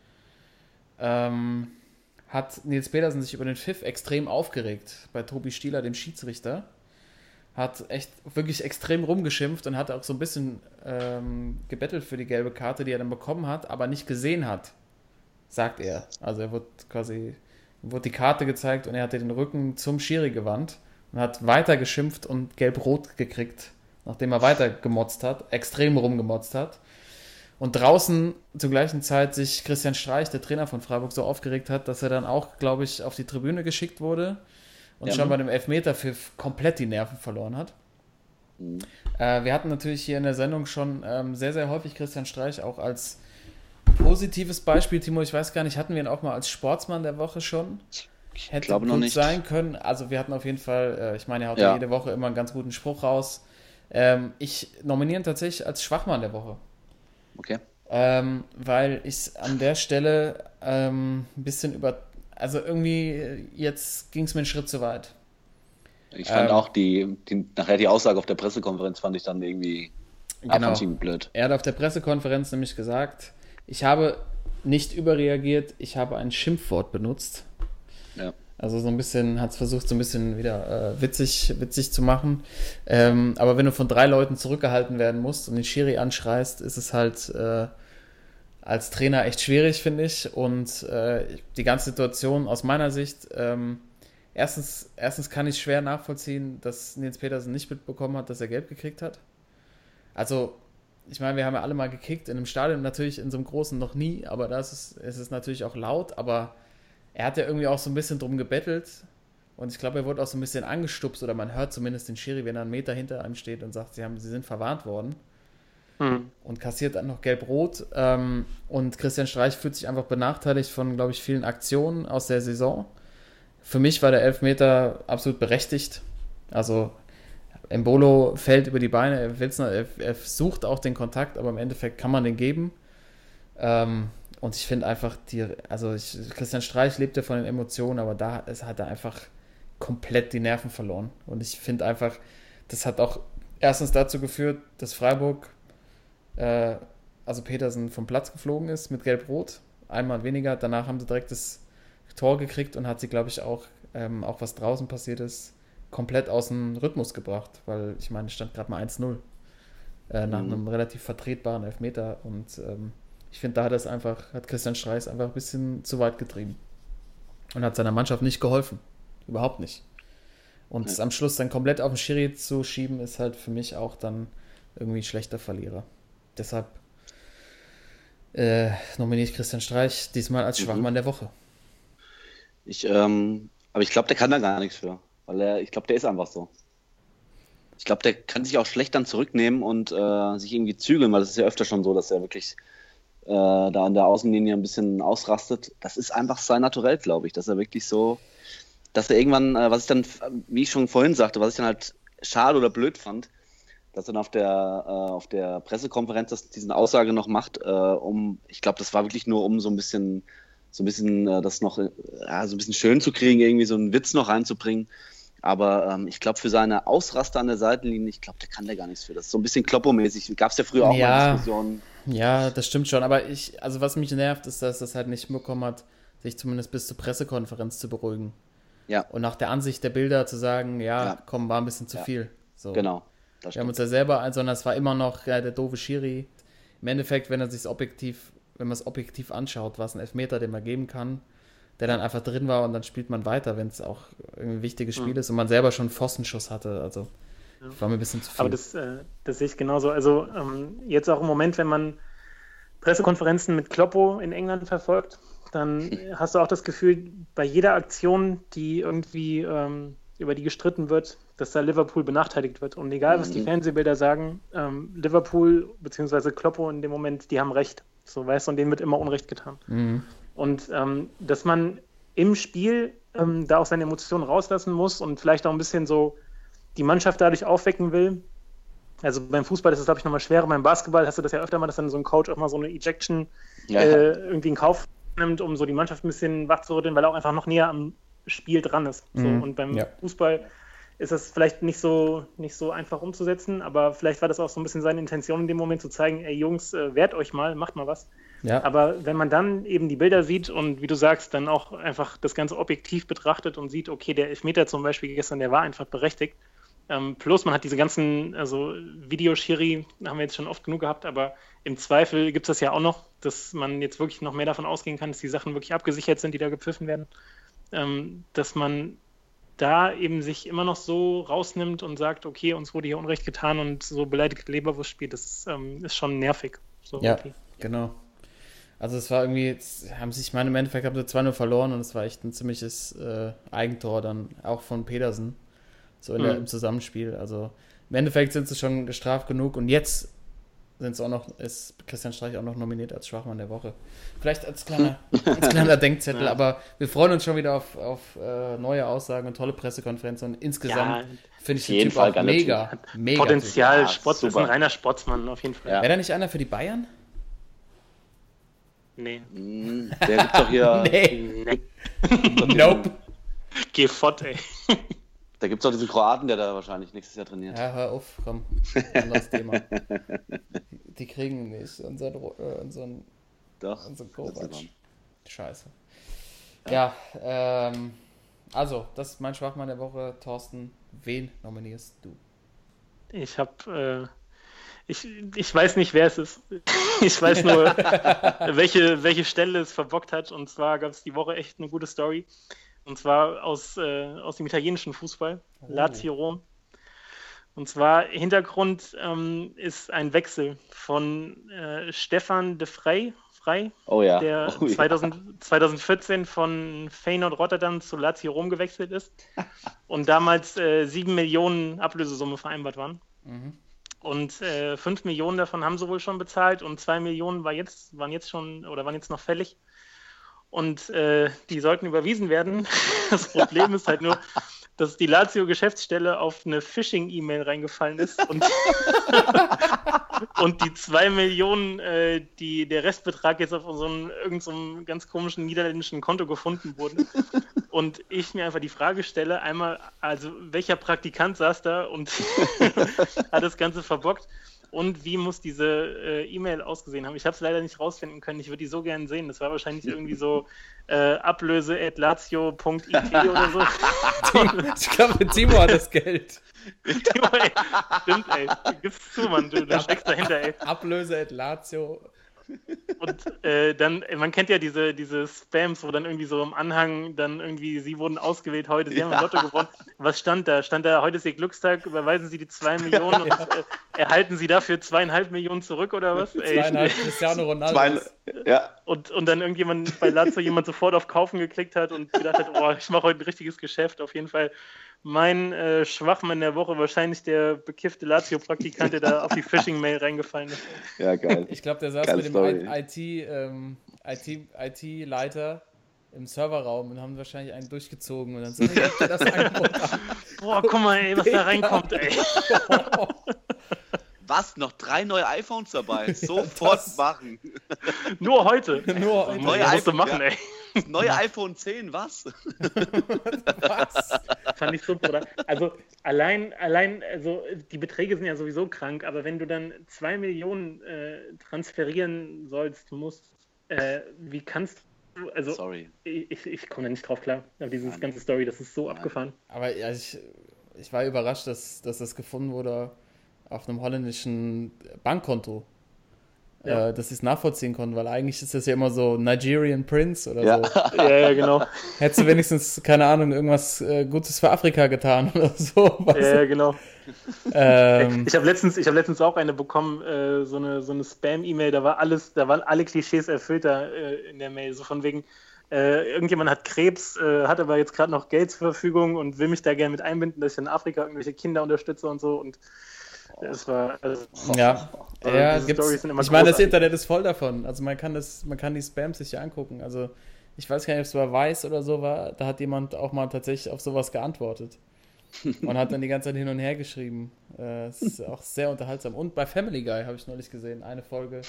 hat Nils Pedersen sich über den Pfiff extrem aufgeregt bei Tobi Stieler, dem Schiedsrichter. Hat echt wirklich extrem rumgeschimpft und hat auch so ein bisschen gebettelt für die gelbe Karte, die er dann bekommen hat, aber nicht gesehen hat, sagt er. Also er wurde die Karte gezeigt und er hatte den Rücken zum Schiri gewandt und hat weiter geschimpft und gelb-rot gekriegt, nachdem er weiter gemotzt hat, extrem rumgemotzt hat. Und draußen zur gleichen Zeit sich Christian Streich, der Trainer von Freiburg, so aufgeregt hat, dass er dann auch, glaube ich, auf die Tribüne geschickt wurde und schon bei dem Elfmeterpfiff komplett die Nerven verloren hat. Wir hatten natürlich hier in der Sendung schon sehr, sehr häufig Christian Streich auch als positives Beispiel. Timo, ich weiß gar nicht, hatten wir ihn auch mal als Sportsmann der Woche schon? Hätte glaube noch nicht sein können. Also wir hatten auf jeden Fall, ich meine, er haut jede Woche immer einen ganz guten Spruch raus. Ich nominiere ihn tatsächlich als Schwachmann der Woche. Okay. Weil ich an der Stelle ein bisschen also irgendwie jetzt ging es mir einen Schritt zu weit. Ich fand auch nachher die Aussage auf der Pressekonferenz fand ich dann irgendwie blöd. Er hat auf der Pressekonferenz nämlich gesagt, ich habe nicht überreagiert, ich habe ein Schimpfwort benutzt Ja. Also so ein bisschen, hat es versucht, so ein bisschen wieder witzig zu machen. Aber wenn du von 3 Leuten zurückgehalten werden musst und den Schiri anschreist, ist es halt als Trainer echt schwierig, finde ich. Und die ganze Situation aus meiner Sicht, erstens kann ich schwer nachvollziehen, dass Nils Petersen nicht mitbekommen hat, dass er gelb gekriegt hat. Also, ich meine, wir haben ja alle mal gekickt in einem Stadion, natürlich in so einem großen noch nie, aber es ist natürlich auch laut, aber er hat ja irgendwie auch so ein bisschen drum gebettelt und ich glaube, er wurde auch so ein bisschen angestupst oder man hört zumindest den Schiri, wenn er einen Meter hinter einem steht und sagt, sie sind verwarnt worden und kassiert dann noch gelb-rot und Christian Streich fühlt sich einfach benachteiligt von, glaube ich, vielen Aktionen aus der Saison. Für mich war der Elfmeter absolut berechtigt, also Embolo fällt über die Beine, er sucht auch den Kontakt, aber im Endeffekt kann man den geben. Und ich finde einfach, Christian Streich lebt ja von den Emotionen, aber hat er einfach komplett die Nerven verloren. Und ich finde einfach, das hat auch erstens dazu geführt, dass Freiburg, also Petersen, vom Platz geflogen ist mit Gelb-Rot. Einmal weniger, danach haben sie direkt das Tor gekriegt und hat sie, glaube ich, auch was draußen passiert ist, komplett aus dem Rhythmus gebracht, weil ich meine, es stand gerade mal 1-0 nach einem relativ vertretbaren Elfmeter und ich finde, da hat Christian Streich einfach ein bisschen zu weit getrieben und hat seiner Mannschaft nicht geholfen. Überhaupt nicht. Und es am Schluss dann komplett auf den Schiri zu schieben, ist halt für mich auch dann irgendwie ein schlechter Verlierer. Deshalb nominiere ich Christian Streich diesmal als Schwachmann der Woche. Aber ich glaube, der kann da gar nichts für. Weil ich glaube, der ist einfach so. Ich glaube, der kann sich auch schlecht dann zurücknehmen und sich irgendwie zügeln, weil es ist ja öfter schon so, dass er wirklich da an der Außenlinie ein bisschen ausrastet. Das ist einfach sein Naturell, glaube ich, dass er wirklich so, dass er irgendwann, was ich dann, wie ich schon vorhin sagte, was ich dann halt schade oder blöd fand, dass er dann auf der Pressekonferenz diese Aussage noch macht, ich glaube, das war wirklich nur, um so ein bisschen das noch so ein bisschen schön zu kriegen, irgendwie so einen Witz noch reinzubringen. Aber ich glaube, für seine Ausraster an der Seitenlinie, ich glaube, der kann gar nichts für. Das ist so ein bisschen Kloppo-mäßig. Gab es ja früher auch mal Diskussionen. Ja, das stimmt schon. Aber also was mich nervt, ist, dass das halt nicht hinbekommen hat, sich zumindest bis zur Pressekonferenz zu beruhigen. Ja. Und nach der Ansicht der Bilder zu sagen, komm, war ein bisschen zu viel. So. Genau. Wir haben uns ja selber, sondern es war immer noch der doofe Schiri. Im Endeffekt, wenn man es objektiv anschaut, war es ein Elfmeter, den man geben kann, der dann einfach drin war und dann spielt man weiter, wenn es auch ein wichtiges Spiel ist und man selber schon einen Pfostenschuss hatte. Also war mir ein bisschen zu viel. Aber das sehe ich genauso. Also jetzt auch im Moment, wenn man Pressekonferenzen mit Kloppo in England verfolgt, dann hast du auch das Gefühl, bei jeder Aktion, die irgendwie über die gestritten wird, dass da Liverpool benachteiligt wird. Und egal, was die Fernsehbilder sagen, Liverpool bzw. Kloppo in dem Moment, die haben recht. So, weißt du, und denen wird immer Unrecht getan. Und dass man im Spiel da auch seine Emotionen rauslassen muss und vielleicht auch ein bisschen so die Mannschaft dadurch aufwecken will. Also beim Fußball ist es, glaube ich, nochmal schwerer. Beim Basketball hast du das ja öfter mal, dass dann so ein Coach auch mal so eine Ejection irgendwie in Kauf nimmt, um so die Mannschaft ein bisschen wach zu rütteln, weil er auch einfach noch näher am Spiel dran ist. So. Und beim Fußball ist das vielleicht nicht so einfach umzusetzen, aber vielleicht war das auch so ein bisschen seine Intention in dem Moment zu zeigen, ey Jungs, wehrt euch mal, macht mal was. Ja. Aber wenn man dann eben die Bilder sieht und wie du sagst, dann auch einfach das Ganze objektiv betrachtet und sieht, okay, der Elfmeter zum Beispiel gestern, der war einfach berechtigt. Plus man hat diese ganzen, also Videoschiri haben wir jetzt schon oft genug gehabt, aber im Zweifel gibt es das ja auch noch, dass man jetzt wirklich noch mehr davon ausgehen kann, dass die Sachen wirklich abgesichert sind, die da gepfiffen werden. Dass man da eben sich immer noch so rausnimmt und sagt, okay, uns wurde hier Unrecht getan und so beleidigt Leberwurst spielt, das ist schon nervig. So ja, irgendwie. Genau. Also es war irgendwie, ich meine, im Endeffekt haben sie 2-0 verloren und es war echt ein ziemliches Eigentor dann auch von Petersen, so im Zusammenspiel. Also im Endeffekt sind sie schon gestraft genug und jetzt ist Christian Streich auch noch nominiert als Schwachmann der Woche. Vielleicht als kleiner Denkzettel, aber wir freuen uns schon wieder auf neue Aussagen und tolle Pressekonferenzen und insgesamt finde ich den Typ auch mega Potenzial, Sport ist ein reiner Sportsmann auf jeden Fall. Ja. Wäre da nicht einer für die Bayern? Nee. Der gibt's doch hier. Nee. Nope. Geh fort, ey. Da gibt es auch diesen Kroaten, der da wahrscheinlich nächstes Jahr trainiert. Ja, hör auf, komm. Anderes Thema. Die kriegen nicht unseren Doch. Kovac. Scheiße. Ja, Also, das ist mein Schwachmann der Woche. Thorsten, wen nominierst du? Ich weiß nicht, wer es ist. Ich weiß nur, welche Stelle es verbockt hat. Und zwar gab es die Woche echt eine gute Story. Und zwar aus dem italienischen Fußball, Lazio Rom. Und zwar Hintergrund ist ein Wechsel von Stefan de Vrij, der 2014 von Feyenoord Rotterdam zu Lazio Rom gewechselt ist und damals 7 Millionen Ablösesumme vereinbart waren. Mhm. Und 5 Millionen davon haben sie wohl schon bezahlt und 2 Millionen waren jetzt noch fällig. Und die sollten überwiesen werden. Das Problem ist halt nur, dass die Lazio-Geschäftsstelle auf eine Phishing-E-Mail reingefallen ist und die 2 Millionen, der Restbetrag jetzt auf irgendeinem ganz komischen niederländischen Konto gefunden wurde. Und ich mir einfach die Frage stelle, einmal, also welcher Praktikant saß da und hat das Ganze verbockt? Und wie muss diese E-Mail ausgesehen haben? Ich habe es leider nicht rausfinden können. Ich würde die so gerne sehen. Das war wahrscheinlich irgendwie so ablöse@lazio.it oder so. Ich glaube, Timo hat das Geld. Timo, ey. Stimmt, ey. Gib's zu, Mann. Du steckst dahinter, ey. Ablöse@lazio. Und dann, man kennt ja diese Spams, wo dann irgendwie so im Anhang dann irgendwie, Sie wurden ausgewählt heute, Sie haben ein Lotto gewonnen. Was stand da? Stand da, heute ist Ihr Glückstag, überweisen Sie die 2 Millionen und erhalten Sie dafür 2,5 Millionen zurück oder was? 2,5 Cristiano Ronaldo. Und dann irgendjemand bei Lazio sofort auf Kaufen geklickt hat und gedacht hat, oh, ich mache heute ein richtiges Geschäft. Auf jeden Fall mein Schwachmann der Woche, wahrscheinlich der bekiffte Lazio-Praktikant, der da auf die Phishing-Mail reingefallen ist. Ja, geil. Ich glaube, der saß Geile mit dem Story. IT-Leiter im Serverraum und haben wahrscheinlich einen durchgezogen und dann so, hey, habt ihr das Angebot an? Boah, guck mal, ey, was da reinkommt, ey. Was? Noch 3 neue iPhones dabei? Sofort machen. Nur heute. Nur heute. Neue musst du iPhone, machen, ey. Neue iPhone 10, was? Was? Fand ich super, oder? Also allein, also die Beträge sind ja sowieso krank, aber wenn du dann 2 Millionen transferieren musst, wie kannst du, also Sorry. Ich komme da nicht drauf klar, aber diese ganze Story, das ist so abgefahren. Aber ja, ich war überrascht, dass das gefunden wurde auf einem holländischen Bankkonto. Ja. Dass sie es nachvollziehen konnten, weil eigentlich ist das ja immer so Nigerian Prince oder so. Ja, genau. Hättest du wenigstens, keine Ahnung, irgendwas Gutes für Afrika getan oder so. Ja, genau. Ich habe letztens auch eine bekommen, so eine Spam-E-Mail, da waren alle Klischees erfüllt da in der Mail, so von wegen, irgendjemand hat Krebs, hat aber jetzt gerade noch Geld zur Verfügung und will mich da gerne mit einbinden, dass ich in Afrika irgendwelche Kinder unterstütze und so und es war, gibt's. Ich meine, das Internet ist voll davon. Also man kann die Spams sich ja angucken. Also ich weiß gar nicht, ob es bei Weiß oder so war. Da hat jemand auch mal tatsächlich auf sowas geantwortet und hat dann die ganze Zeit hin und her geschrieben. Es ist auch sehr unterhaltsam. Und bei Family Guy habe ich neulich gesehen, eine Folge,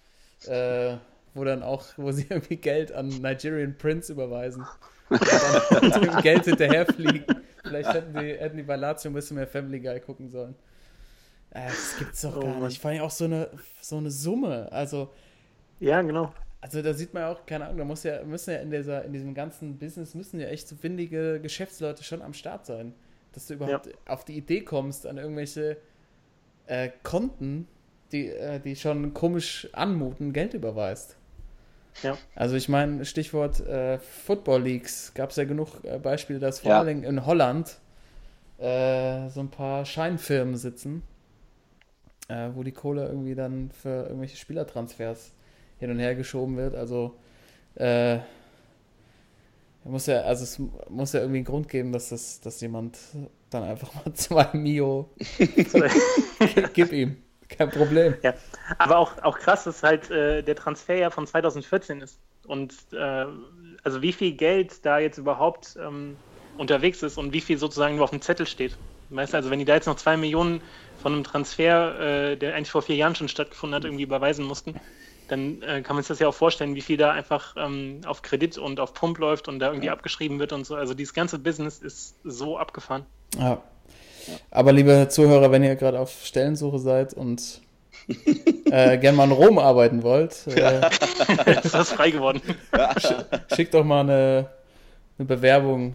wo sie irgendwie Geld an Nigerian Prince überweisen und dann mit dem Geld hinterherfliegen. Vielleicht hätten die bei Lazio ein bisschen mehr Family Guy gucken sollen. Das gibt's doch gar nicht. Vor allem auch so eine Summe. Also, ja, genau. Also da sieht man ja auch, keine Ahnung, müssen ja in diesem ganzen Business müssen ja echt so windige Geschäftsleute schon am Start sein. Dass du überhaupt auf die Idee kommst, an irgendwelche Konten, die schon komisch anmuten, Geld überweist. Ja. Also ich meine, Stichwort Football Leagues, gab es ja genug Beispiele, dass vor allem in Holland so ein paar Scheinfirmen sitzen, wo die Kohle irgendwie dann für irgendwelche Spielertransfers hin und her geschoben wird. Also es muss ja irgendwie einen Grund geben, dass jemand dann einfach mal 2 Mio gib ihm. Kein Problem. Ja, aber auch krass, dass halt der Transfer ja von 2014 ist. Und also wie viel Geld da jetzt überhaupt unterwegs ist und wie viel sozusagen nur auf dem Zettel steht. Weißt du, also wenn die da jetzt noch 2 Millionen von einem Transfer, der eigentlich vor 4 Jahren schon stattgefunden hat, irgendwie überweisen mussten, dann kann man sich das ja auch vorstellen, wie viel da einfach auf Kredit und auf Pump läuft und da irgendwie abgeschrieben wird und so. Also dieses ganze Business ist so abgefahren. Ja. Aber liebe Zuhörer, wenn ihr gerade auf Stellensuche seid und gerne mal in Rom arbeiten wollt, ist das frei geworden. Schickt doch mal eine Bewerbung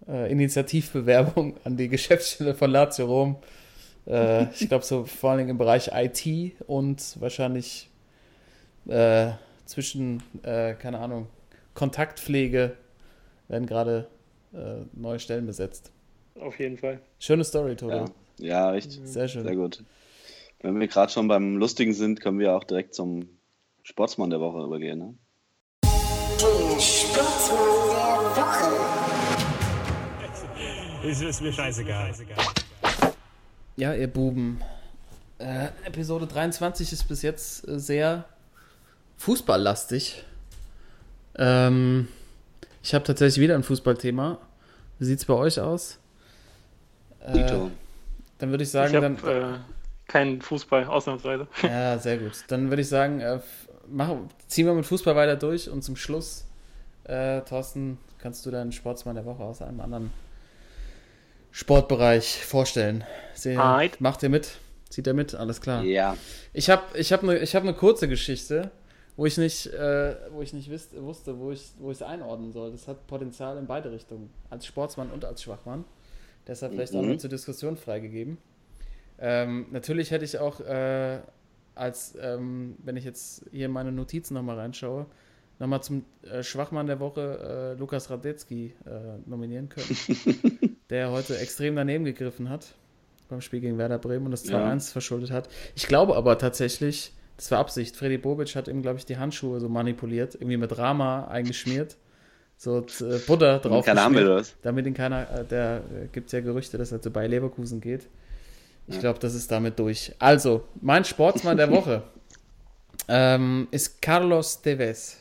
Initiativbewerbung an die Geschäftsstelle von Lazio Rom. Ich glaube, so vor allen Dingen im Bereich IT und wahrscheinlich zwischen, keine Ahnung, Kontaktpflege werden gerade neue Stellen besetzt. Auf jeden Fall. Schöne Story, Toto. Ja, richtig. Sehr schön. Sehr gut. Wenn wir gerade schon beim Lustigen sind, können wir auch direkt zum Sportsmann der Woche übergehen. Ne? Der Sportsmann der Woche. Ist mir scheißegal. Ja, ihr Buben. Episode 23 ist bis jetzt sehr fußballlastig. Ich habe tatsächlich wieder ein Fußballthema. Wie sieht es bei euch aus? Dann würde ich sagen, ich habe keinen Fußball, ausnahmsweise. Ja, sehr gut. Dann würde ich sagen, ziehen wir mit Fußball weiter durch und zum Schluss, Thorsten, kannst du deinen Sportsmann der Woche aus einem anderen Sportbereich vorstellen. Macht ihr mit? Zieht er mit? Alles klar. Ja. Ich hab eine kurze Geschichte, wo ich nicht wusste, wo ich es einordnen soll. Das hat Potenzial in beide Richtungen. Als Sportsmann und als Schwachmann. Deshalb vielleicht auch noch zur Diskussion freigegeben. Natürlich hätte ich auch, wenn ich jetzt hier in meine Notizen nochmal reinschaue, nochmal zum Schwachmann der Woche Lukas Radetzky nominieren können, der heute extrem daneben gegriffen hat beim Spiel gegen Werder Bremen und das 2-1 verschuldet hat. Ich glaube aber tatsächlich, das war Absicht, Freddy Bobic hat ihm, glaube ich, die Handschuhe so manipuliert, irgendwie mit Rama eingeschmiert, so Butter drauf geschmiert, damit ihn keiner, der gibt ja Gerüchte, dass er zu Bayer Leverkusen geht. Ich glaube, das ist damit durch. Also, mein Sportsmann der Woche ist Carlos Tevez.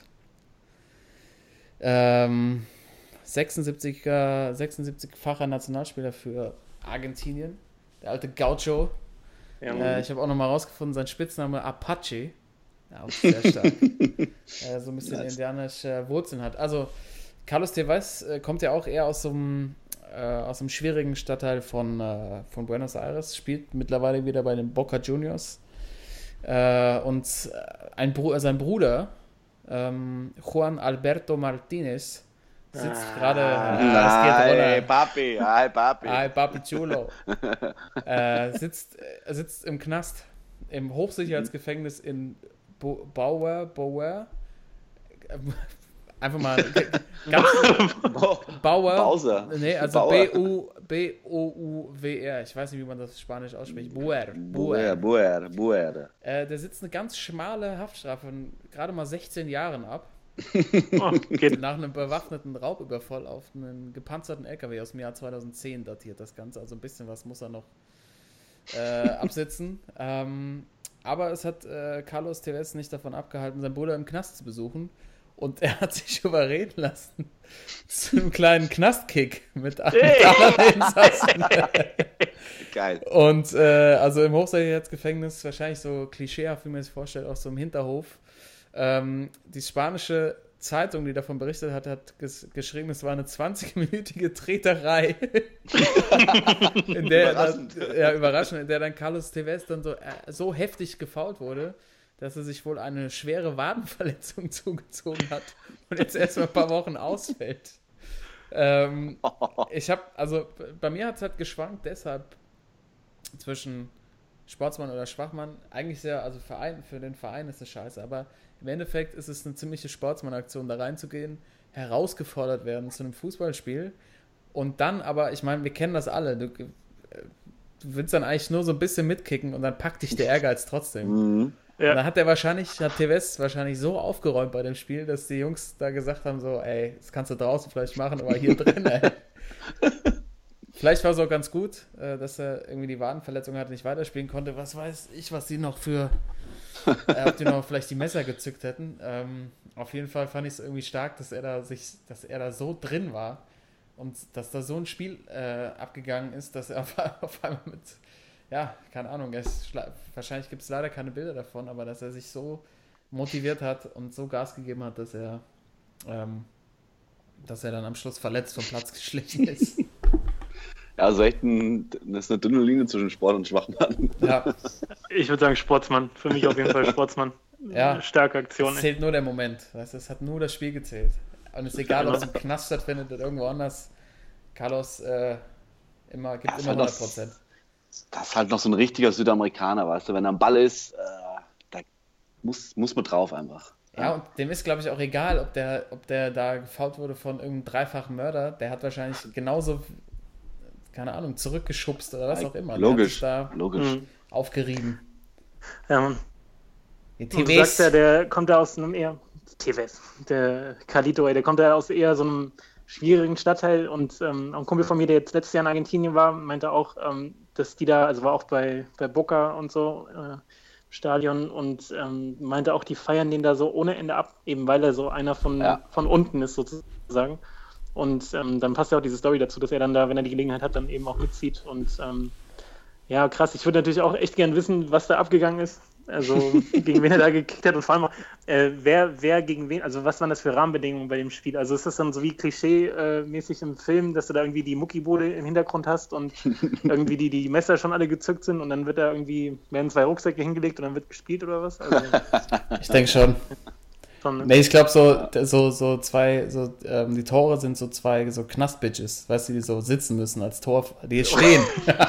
76-facher Nationalspieler für Argentinien. Der alte Gaucho. Ja, ich habe auch nochmal rausgefunden, sein Spitzname Apache. Ja, auch sehr stark. So ein bisschen indianische Wurzeln hat. Also, Carlos Tevez kommt ja auch eher aus einem schwierigen Stadtteil von Buenos Aires, spielt mittlerweile wieder bei den Boca Juniors. Und sein Bruder, Juan Alberto Martinez, sitzt gerade. Ay, Papi. Ay, Papi Chulo. Sitzt im Knast, im Hochsicherheitsgefängnis in Bauer. Einfach mal ganz Bowser. Nee, also B-O-U-W-R. Ich weiß nicht, wie man das Spanisch ausspricht. Buer. Der sitzt eine ganz schmale Haftstrafe von gerade mal 16 Jahren ab. Nach einem bewaffneten Raubüberfall auf einen gepanzerten LKW aus dem Jahr 2010 datiert das Ganze. Also ein bisschen was muss er noch absitzen. Aber es hat Carlos Tevez nicht davon abgehalten, seinen Bruder im Knast zu besuchen. Und er hat sich überreden lassen zu einem kleinen Knastkick mit anderen Insassen. Geil. Und also im Hochsicherheitsgefängnis, wahrscheinlich so klischeehaft, wie man sich vorstellt, auch so im Hinterhof. Die spanische Zeitung, die davon berichtet hat, hat geschrieben, es war eine 20-minütige Treterei. Überraschend, in der dann Carlos Tevez dann so heftig gefoult wurde, dass er sich wohl eine schwere Wadenverletzung zugezogen hat und jetzt erst mal ein paar Wochen ausfällt. Bei mir hat es halt geschwankt, deshalb zwischen Sportsmann oder Schwachmann. Eigentlich sehr, also für den Verein ist es scheiße, aber im Endeffekt ist es eine ziemliche Sportsmann-Aktion, da reinzugehen, herausgefordert werden zu einem Fußballspiel und dann aber, ich meine, wir kennen das alle, du willst dann eigentlich nur so ein bisschen mitkicken und dann packt dich der Ehrgeiz trotzdem. Ja. Und dann hat Tevez wahrscheinlich so aufgeräumt bei dem Spiel, dass die Jungs da gesagt haben, so, ey, das kannst du draußen vielleicht machen, aber hier drin, ey. Vielleicht war es auch ganz gut, dass er irgendwie die Wadenverletzung hatte, nicht weiterspielen konnte. Was weiß ich, was die noch ob die noch vielleicht die Messer gezückt hätten. Auf jeden Fall fand ich es irgendwie stark, dass er da so drin war und dass da so ein Spiel abgegangen ist, dass er auf einmal mit, ja, keine Ahnung, wahrscheinlich gibt es leider keine Bilder davon, aber dass er sich so motiviert hat und so Gas gegeben hat, dass er dann am Schluss verletzt vom Platz geschlichen ist. Ja, also echt das ist eine dünne Linie zwischen Sport und Schwachmann. Ja. Ich würde sagen Sportsmann. Für mich auf jeden Fall Sportsmann. Ja. Starke Aktion. Es zählt nur der Moment. Weißt du, es hat nur das Spiel gezählt. Und es ist egal, ob es im Knast stattfindet oder irgendwo anders. Carlos gibt das immer war 100%. Das ist halt noch so ein richtiger Südamerikaner, weißt du, wenn er am Ball ist, da muss man drauf einfach. Ja, und dem ist, glaube ich, auch egal, ob der da gefoult wurde von irgendeinem dreifachen Mörder. Der hat wahrscheinlich genauso, keine Ahnung, zurückgeschubst oder was auch immer. Logisch, der hat sich da logisch. aufgerieben. Ja, Mann. Die Und du TVs. sagst ja, der kommt da aus einem eher, TVs, der Carlito, der kommt da aus eher so einem schwierigen Stadtteil und ein Kumpel von mir, der jetzt letztes Jahr in Argentinien war, meinte auch, dass die da, also war auch bei Boca und so, Stadion und meinte auch, die feiern den da so ohne Ende ab, eben weil er so einer von unten ist sozusagen. Und dann passt ja auch diese Story dazu, dass er dann da, wenn er die Gelegenheit hat, dann eben auch mitzieht. Und ja, krass, ich würde natürlich auch echt gern wissen, was da abgegangen ist. Also gegen wen er da gekickt hat und vor allem auch, wer gegen wen, also was waren das für Rahmenbedingungen bei dem Spiel? Also ist das dann so wie Klischee-mäßig im Film, dass du da irgendwie die Muckibude im Hintergrund hast und irgendwie die Messer schon alle gezückt sind und dann werden 2 Rucksäcke hingelegt und dann wird gespielt oder was? Also, Ich denke schon. Nee, ich glaube die Tore sind so 2 so Knastbitches, weißt du, die so sitzen müssen als Tor, die stehen.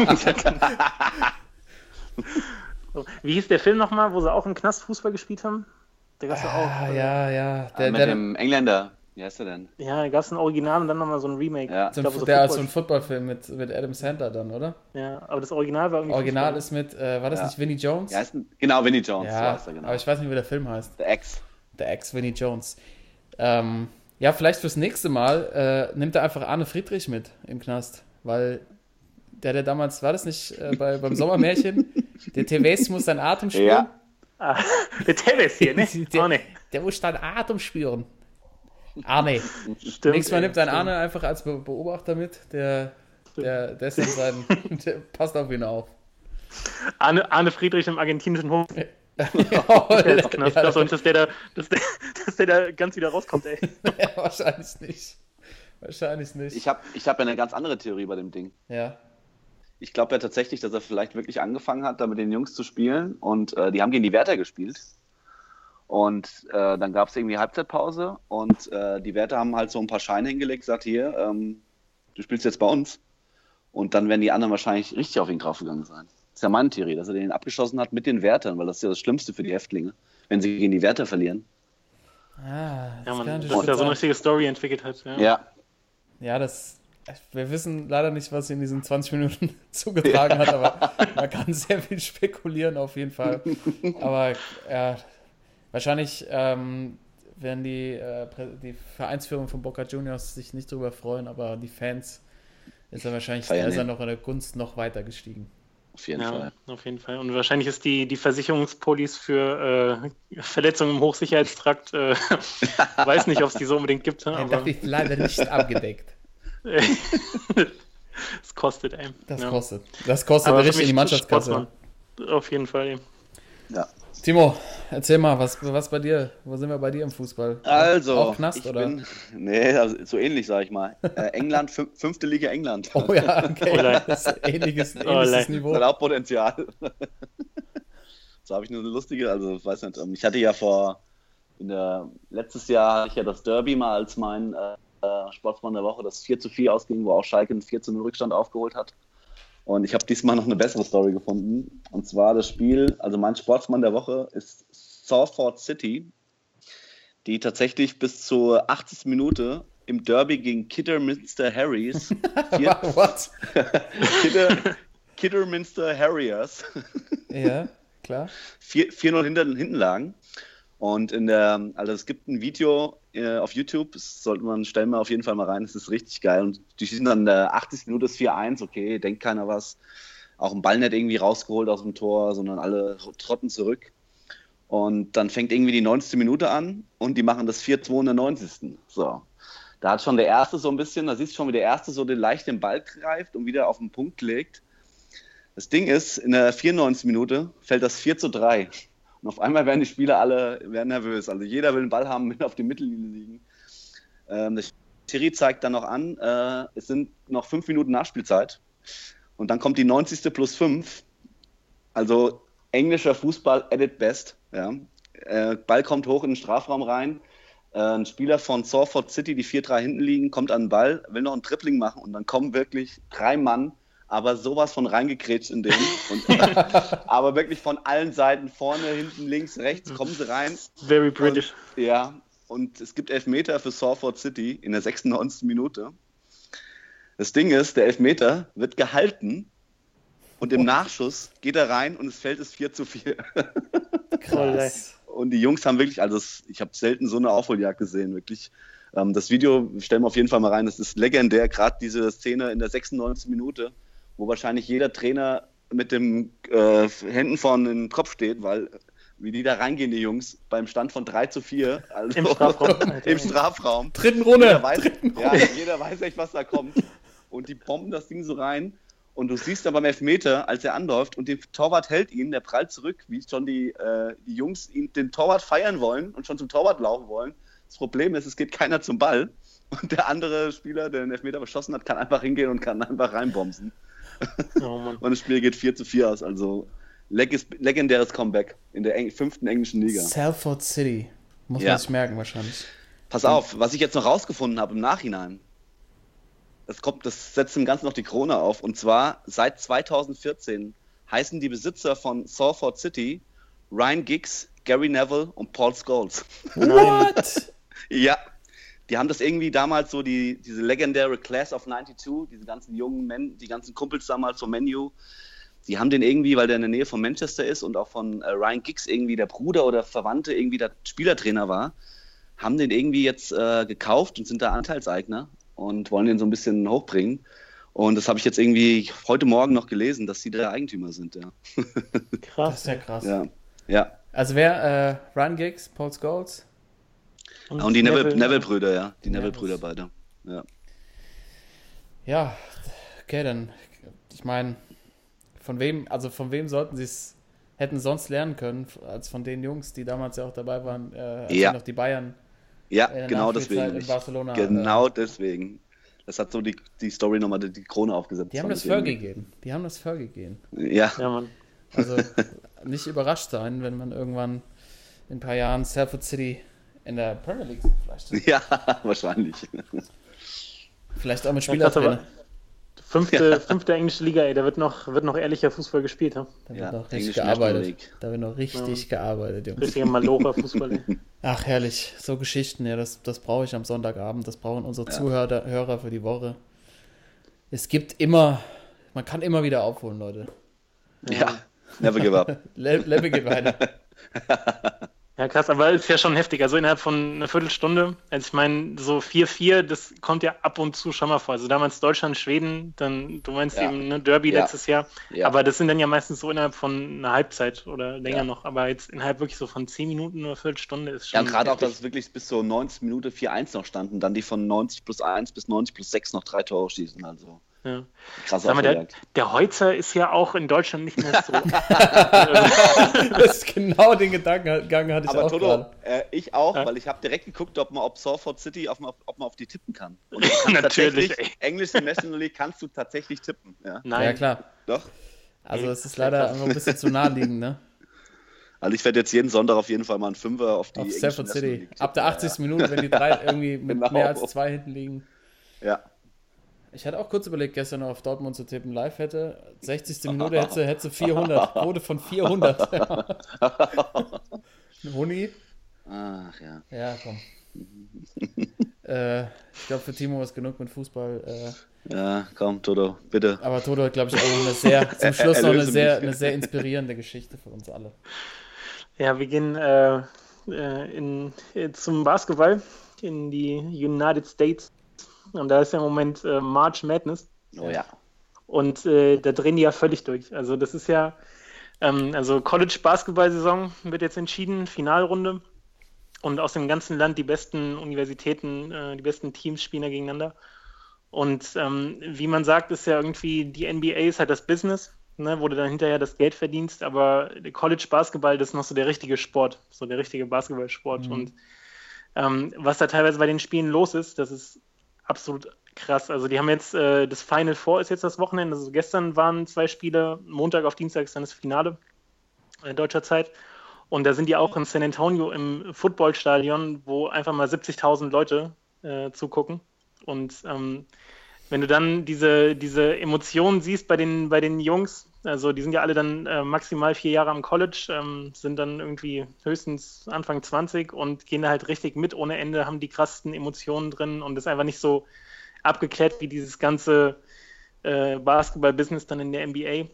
Wie hieß der Film nochmal, wo sie auch im Knast Fußball gespielt haben? Der gab's ja auch. Ja. Mit dem Engländer. Wie heißt der denn? Ja, da gab es ein Original und dann nochmal so ein Remake. Ja. So ein Footballfilm mit Adam Sandler dann, oder? Ja, aber das Original war irgendwie. Original ist mit, war das nicht Vinnie Jones? Ja, genau, Vinnie Jones. Ja, so heißt er, genau. aber ich weiß nicht, wie der Film heißt. The Ex. The Ex, Vinnie Jones. Ja, vielleicht fürs nächste Mal nimmt er einfach Arne Friedrich mit im Knast, weil der damals, war das nicht beim Sommermärchen? Der Tevez muss seinen Atem spüren. Ja. Ah, der Tevez hier, ne? Der muss seinen Atem spüren. Arne. Stimmt, Nächstes Mal nimmt ein Arne einfach als Beobachter mit, der ist in seinen, der passt auf ihn auf. Arne Friedrich im argentinischen Hof. Ja, Sonst, dass der da ganz wieder rauskommt, ey. Ja, wahrscheinlich nicht. Ich hab ja eine ganz andere Theorie bei dem Ding. Ja. Ich glaube ja tatsächlich, dass er vielleicht wirklich angefangen hat, da mit den Jungs zu spielen und die haben gegen die Wärter gespielt. Und dann gab es irgendwie Halbzeitpause und die Wärter haben halt so ein paar Scheine hingelegt, gesagt, hier, du spielst jetzt bei uns. Und dann werden die anderen wahrscheinlich richtig auf ihn draufgegangen sein. Das ist ja meine Theorie, dass er den abgeschossen hat mit den Wärtern, weil das ist ja das Schlimmste für die Häftlinge, wenn sie gegen die Wärter verlieren. Dass er so eine richtige Story entwickelt hat. Ja. Ja, wir wissen leider nicht, was sie in diesen 20 Minuten zugetragen hat, aber man kann sehr viel spekulieren auf jeden Fall. Aber wahrscheinlich werden die Vereinsführung von Boca Juniors sich nicht drüber freuen, aber die Fans ist er wahrscheinlich noch in der Gunst noch weiter gestiegen. Auf jeden Fall. Auf jeden Fall. Und wahrscheinlich ist die Versicherungspolice für Verletzungen im Hochsicherheitstrakt, weiß nicht, ob es die so unbedingt gibt. Aber das ist leider nicht abgedeckt. Das kostet, ey. Das kostet richtig in die Mannschaftskasse. Auf jeden Fall. Ja. Timo, erzähl mal, was bei dir? Wo sind wir bei dir im Fußball? Also, auch Knast, oder? Also so ähnlich, sag ich mal. England, 5. Liga England. Oh ja, okay. Das ist ähnliches Niveau. Das hat auch Potenzial. So habe ich eine lustige, also ich weiß nicht, ich hatte ja letztes Jahr hatte ich ja das Derby mal als mein Sportsmann der Woche, das 4:4 ausging, wo auch Schalke einen 4:0 Rückstand aufgeholt hat. Und ich habe diesmal noch eine bessere Story gefunden. Und zwar das Spiel, also mein Sportsmann der Woche ist Salford City, die tatsächlich bis zur 80. Minute im Derby gegen Kidderminster Harriers What? Kidderminster Harriers ja, klar. 4:0 hinten lagen. Und also es gibt ein Video auf YouTube, stellen wir auf jeden Fall mal rein, das ist richtig geil. Und die schießen dann in der 80. Minute das 4:1, okay, denkt keiner was. Auch ein Ball nicht irgendwie rausgeholt aus dem Tor, sondern alle trotten zurück. Und dann fängt irgendwie die 90. Minute an und die machen das 4:2 in der 90. So. Da hat schon der Erste so ein bisschen, da siehst du schon, wie der Erste so leicht den Ball greift und wieder auf den Punkt legt. Das Ding ist, in der 94. Minute fällt das 4:3. Und auf einmal werden die Spieler alle nervös. Also jeder will den Ball haben, will auf die Mittellinie liegen. Der Schiri zeigt dann noch an, es sind noch 5 Minuten Nachspielzeit. Und dann kommt die 90. plus 5. Also englischer Fußball at its best. Ja. Ball kommt hoch in den Strafraum rein. Ein Spieler von Salford City, die 4-3 hinten liegen, kommt an den Ball, will noch ein Dribbling machen und dann kommen wirklich 3 Mann, aber sowas von reingekrätscht in den. Aber wirklich von allen Seiten, vorne, hinten, links, rechts, kommen sie rein. Very British. Und es gibt Elfmeter für Salford City in der 96. Minute. Das Ding ist, der Elfmeter wird gehalten und im Nachschuss geht er rein und das Feld ist 4-4. Krass. Und die Jungs haben wirklich, ich habe selten so eine Aufholjagd gesehen, wirklich. Das Video stellen wir auf jeden Fall mal rein, das ist legendär, gerade diese Szene in der 96. Minute, wo wahrscheinlich jeder Trainer mit den Händen vor den Kopf steht, weil wie die da reingehen, die Jungs, beim Stand von 3-4, also Im Strafraum. Im Strafraum. Dritten Runde. Jeder weiß echt, was da kommt. Und die bomben das Ding so rein. Und du siehst dann beim Elfmeter, als er anläuft und der Torwart hält ihn, der prallt zurück, wie schon die Jungs den Torwart feiern wollen und schon zum Torwart laufen wollen. Das Problem ist, es geht keiner zum Ball. Und der andere Spieler, der den Elfmeter beschossen hat, kann einfach hingehen und kann einfach reinbomsen. Oh Mann. Und das Spiel geht 4-4 aus. Also legendäres Comeback in der 5. englischen Liga. Salford City. Muss man sich merken wahrscheinlich. Pass auf, was ich jetzt noch rausgefunden habe im Nachhinein. Das setzt dem Ganzen noch die Krone auf. Und zwar seit 2014 heißen die Besitzer von Salford City Ryan Giggs, Gary Neville und Paul Scholes. What? Ja, die haben das irgendwie damals so, diese legendäre Class of 92, diese ganzen jungen Männer, die ganzen Kumpels damals vom Man U, die haben den irgendwie, weil der in der Nähe von Manchester ist und auch von Ryan Giggs irgendwie der Bruder oder Verwandte irgendwie der Spielertrainer war, haben den irgendwie jetzt gekauft und sind da Anteilseigner und wollen den so ein bisschen hochbringen. Und das habe ich jetzt irgendwie heute Morgen noch gelesen, dass sie der Eigentümer sind. Ja. Krass. Das ist ja krass. Ja. Also wer? Ryan Giggs, Paul Scholes? Und die Neville-Brüder, ja. Die Neville-Brüder beide. Ja. Ja, okay, dann, ich meine, von wem sollten sie es hätten sonst lernen können, als von den Jungs, die damals ja auch dabei waren, als noch die Bayern genau deswegen. in Barcelona. Genau deswegen. Das hat so die Story nochmal die Krone aufgesetzt. Die haben das vorgegeben. Ja. Mann. Also nicht überrascht sein, wenn man irgendwann in ein paar Jahren Salford City in der Premier League vielleicht. Ja, wahrscheinlich. Vielleicht auch mit Spielertrainer. Fünfte englische Liga, ey, da wird noch ehrlicher Fußball gespielt. Ja? Da wird noch richtig gearbeitet. Jungs. Richtiger Malocher-Fußball. Ach, herrlich. So Geschichten, ja, das brauche ich am Sonntagabend. Das brauchen unsere Zuhörer für die Woche. Man kann immer wieder aufholen, Leute. Ja, never give up. Never give weiter. Ja, krass, aber ist ja schon heftig. Also innerhalb von einer Viertelstunde, also ich meine, so 4-4, das kommt ja ab und zu schon mal vor. Also damals Deutschland, Schweden, dann, du meinst eben, ne, Derby letztes Jahr. Ja. Aber das sind dann ja meistens so innerhalb von einer Halbzeit oder länger noch. Aber jetzt innerhalb wirklich so von 10 Minuten oder Viertelstunde ist schon. Ja, gerade auch, dass es wirklich bis zur 90 Minute 4-1 noch stand und dann die von 90+1 bis 90+6 noch 3 Tore schießen. Also. Ja. Krass. Der Heutzer ist ja auch in Deutschland nicht mehr so. Das ist genau den Gedankengang hatte ich aber auch Toto, ich auch, weil ich habe direkt geguckt, ob Salford City, ob man auf die tippen kann. Und natürlich. Englische National League kannst du tatsächlich tippen. Ja, Nein. Ja klar. Doch. Also es ist leider einfach ein bisschen zu naheliegend, ne? Also ich werde jetzt jeden Sonntag auf jeden Fall mal einen Fünfer auf die Salford City. Ab der 80. Minute, wenn die 3 irgendwie mit mehr als 2 hinten liegen. Ja. Ich hatte auch kurz überlegt, gestern noch auf Dortmund zu tippen. Live 60. Minute hätte 400. Quote von 400. Ein Huni. Ach ja. Ja, komm. Ich glaube, für Timo ist genug mit Fußball. Ja, komm, Toto, bitte. Aber Toto hat, glaube ich, auch zum Schluss noch eine sehr inspirierende Geschichte für uns alle. Ja, wir gehen zum Basketball in die United States. Und da ist ja im Moment March Madness. Oh ja. Und da drehen die ja völlig durch. Also das ist ja, College-Basketball-Saison wird jetzt entschieden, Finalrunde. Und aus dem ganzen Land die besten Universitäten, die besten Teams spielen da gegeneinander. Und wie man sagt, ist ja irgendwie, die NBA ist halt das Business, ne, wo du dann hinterher das Geld verdienst. Aber College-Basketball, das ist noch so der richtige Sport, so der richtige Basketballsport. Mhm. Und was da teilweise bei den Spielen los ist, das ist absolut krass. Also die haben jetzt, das Final Four ist jetzt das Wochenende. Also gestern waren 2 Spiele, Montag auf Dienstag ist dann das Finale deutscher Zeit. Und da sind die auch in San Antonio im Footballstadion, wo einfach mal 70.000 Leute zugucken. Und wenn du dann diese Emotionen siehst bei den Jungs, also die sind ja alle dann maximal 4 Jahre am College, sind dann irgendwie höchstens Anfang 20 und gehen da halt richtig mit ohne Ende, haben die krassesten Emotionen drin und ist einfach nicht so abgeklärt wie dieses ganze Basketball-Business dann in der NBA.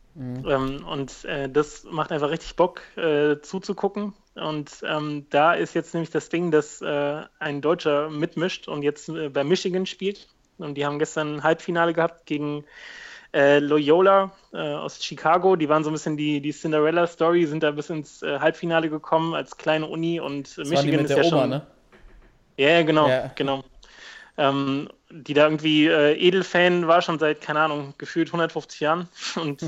Das macht einfach richtig Bock zuzugucken. Und da ist jetzt nämlich das Ding, dass ein Deutscher mitmischt und jetzt bei Michigan spielt. Und die haben gestern ein Halbfinale gehabt gegen Loyola aus Chicago. Die waren so ein bisschen die Cinderella-Story, sind da bis ins Halbfinale gekommen als kleine Uni. Und das Michigan ist ja Oma, schon... Ne? Ja, genau. Die da irgendwie Edelfan war, schon seit, keine Ahnung, gefühlt 150 Jahren und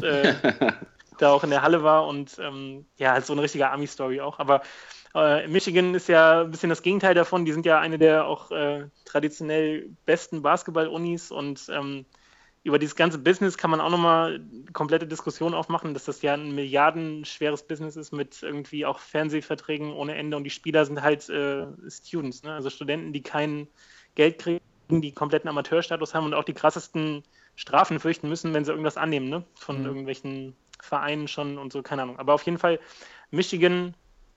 da auch in der Halle war und halt so eine richtige Army-Story auch. Aber Michigan ist ja ein bisschen das Gegenteil davon. Die sind ja eine der auch traditionell besten Basketball-Unis und über dieses ganze Business kann man auch nochmal eine komplette Diskussion aufmachen, dass das ja ein milliardenschweres Business ist mit irgendwie auch Fernsehverträgen ohne Ende und die Spieler sind halt Students, ne? Also Studenten, die kein Geld kriegen, die kompletten Amateurstatus haben und auch die krassesten Strafen fürchten müssen, wenn sie irgendwas annehmen, ne? Von irgendwelchen Vereinen schon und so, keine Ahnung. Aber auf jeden Fall, Michigan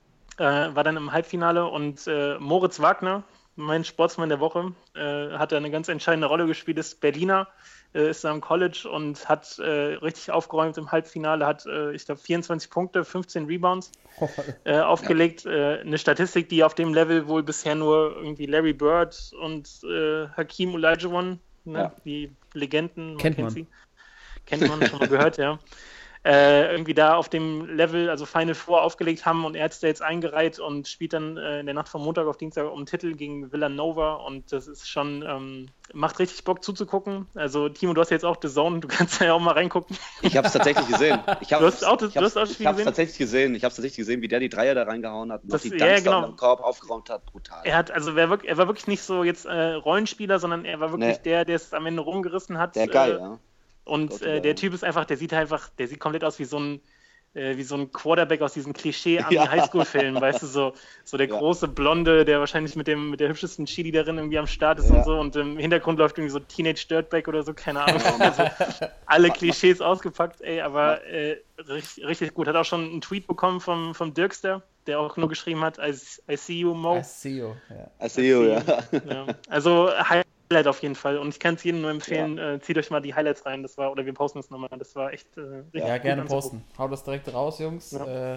war dann im Halbfinale und Moritz Wagner, mein Sportsmann der Woche, hat da eine ganz entscheidende Rolle gespielt, ist Berliner, ist da am College und hat richtig aufgeräumt im Halbfinale, hat, ich glaube, 24 Punkte, 15 Rebounds aufgelegt. Eine Statistik, die auf dem Level wohl bisher nur irgendwie Larry Bird und Hakeem Olajuwon, ne? Die Legenden, kennt man schon mal gehört, ja. Irgendwie da auf dem Level, also Final Four aufgelegt haben und er hat es da jetzt eingereiht und spielt dann in der Nacht von Montag auf Dienstag um den Titel gegen Villanova und das ist schon, macht richtig Bock zuzugucken. Also Timo, du hast jetzt auch The Zone, du kannst ja auch mal reingucken. Ich habe es tatsächlich gesehen. Du hast auch das Spiel gesehen? Ich habe es tatsächlich gesehen, wie der die Dreier da reingehauen hat und noch die Dunks am Korb aufgeräumt hat. Brutal. Er war wirklich nicht so jetzt Rollenspieler, sondern er war wirklich der es am Ende rumgerissen hat. Der geil, ja. Und der Typ ist einfach, der sieht komplett aus wie so ein Quarterback aus diesen Klischee-Highschool-Filmen, weißt du, so der große Blonde, der wahrscheinlich mit der hübschesten Cheerleaderin irgendwie am Start ist und so und im Hintergrund läuft irgendwie so Teenage Dirtbag oder so, keine Ahnung. Also alle Klischees ausgepackt, aber richtig, richtig gut. Hat auch schon einen Tweet bekommen vom Dirkster, der auch nur geschrieben hat, I see you, Mo. I see you, ja. Also Highlight auf jeden Fall und ich kann es jedem nur empfehlen, zieht euch mal die Highlights rein, oder wir posten es nochmal, das war echt richtig Ja, gerne posten. Hau das direkt raus, Jungs.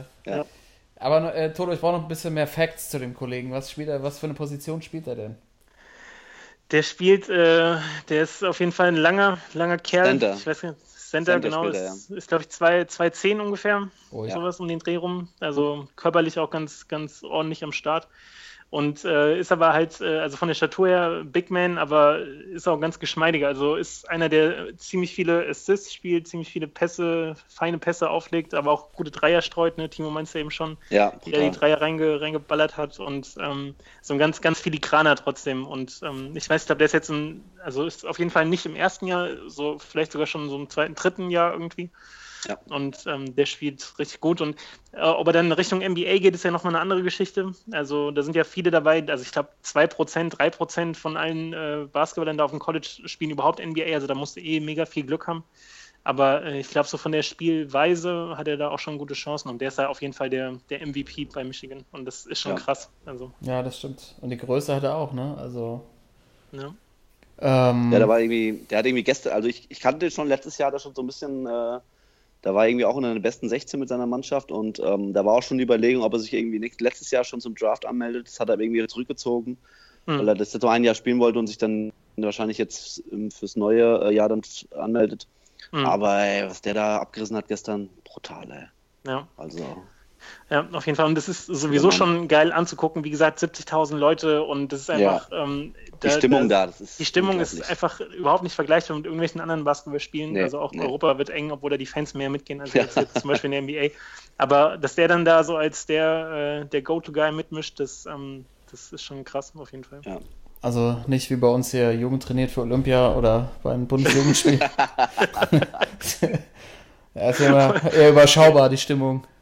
Aber Toto, ich brauche noch ein bisschen mehr Facts zu dem Kollegen. Was für eine Position spielt er denn? Der spielt, der ist auf jeden Fall ein langer Kerl. Center. Ich weiß nicht, Center genau, ist glaube ich 2,10 ungefähr, sowas um den Dreh rum, also körperlich auch ganz, ganz ordentlich am Start. Und ist aber halt, also von der Statur her Big Man, aber ist auch ganz geschmeidiger. Also ist einer, der ziemlich viele Assists spielt, ziemlich viele feine Pässe auflegt, aber auch gute Dreier streut, ne? Timo meinst du eben schon, der die Dreier reingeballert hat und so ein ganz, ganz filigraner trotzdem. Und ich weiß, ich glaube, der ist jetzt ist auf jeden Fall nicht im ersten Jahr, so vielleicht sogar schon so im zweiten, dritten Jahr irgendwie. Ja. Und der spielt richtig gut. Und ob er dann Richtung NBA geht, ist ja nochmal eine andere Geschichte. Also da sind ja viele dabei, also ich glaube 2%, 3% von allen Basketballern da auf dem College spielen überhaupt NBA. Also da musst du mega viel Glück haben. Aber ich glaube, so von der Spielweise hat er da auch schon gute Chancen. Und der ist ja auf jeden Fall der MVP bei Michigan. Und das ist schon krass. Also. Ja, das stimmt. Und die Größe hat er auch, ne? Also. Ja. Der hat irgendwie gestern, also ich kannte schon letztes Jahr da schon so ein bisschen. Da war er irgendwie auch in der besten 16 mit seiner Mannschaft und da war auch schon die Überlegung, ob er sich irgendwie letztes Jahr schon zum Draft anmeldet. Das hat er irgendwie zurückgezogen, weil er das jetzt so ein Jahr spielen wollte und sich dann wahrscheinlich jetzt fürs neue Jahr dann anmeldet. Aber was der da abgerissen hat gestern, brutal, ey. Ja. Also. Ja, auf jeden Fall. Und das ist sowieso schon geil anzugucken. Wie gesagt, 70.000 Leute und das ist einfach... die Stimmung die Stimmung ist einfach überhaupt nicht vergleichbar mit irgendwelchen anderen Basketballspielen. Nee, also auch Europa wird eng, obwohl da die Fans mehr mitgehen als jetzt zum Beispiel in der NBA. Aber dass der dann da so als der Go-To-Guy mitmischt, das ist schon krass auf jeden Fall. Ja. Also nicht wie bei uns hier Jugend trainiert für Olympia oder beim Bundesjugendspiel. Ja, ist ja eher überschaubar, die Stimmung.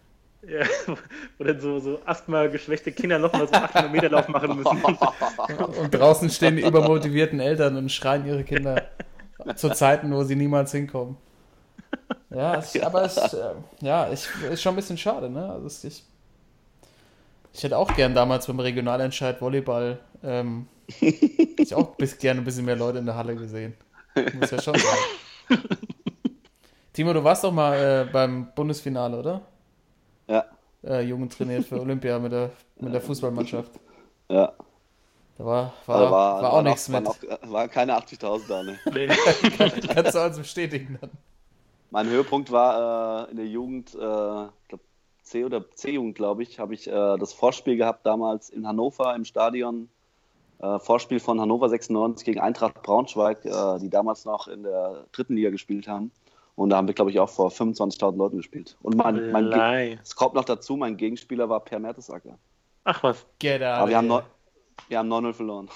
Ja, oder so asthma-geschwächte Kinder nochmal so 800 Meter Lauf machen müssen. Und draußen stehen die übermotivierten Eltern und schreien ihre Kinder zu Zeiten, wo sie niemals hinkommen. Ja, aber es ist schon ein bisschen schade, ne? Also ich hätte auch gern damals beim Regionalentscheid Volleyball ich auch gerne ein bisschen mehr Leute in der Halle gesehen. Muss ja schon sein. Timo, du warst doch mal beim Bundesfinale, oder? Ja. Jugend trainiert für Olympia mit der Fußballmannschaft. Ja. Da war auch nichts mit. War keine 80.000 da, ne? Nee. Kannst du also bestätigen dann. Mein Höhepunkt war in der Jugend, ich glaube C- oder C-Jugend, glaube ich, habe ich das Vorspiel gehabt damals in Hannover im Stadion. Vorspiel von Hannover 96 gegen Eintracht Braunschweig, die damals noch in der 3. Liga gespielt haben. Und da haben wir, glaube ich, auch vor 25.000 Leuten gespielt. Und es kommt noch dazu, mein Gegenspieler war Per Mertesacker. Ach was. Aber wir haben 9-0 verloren.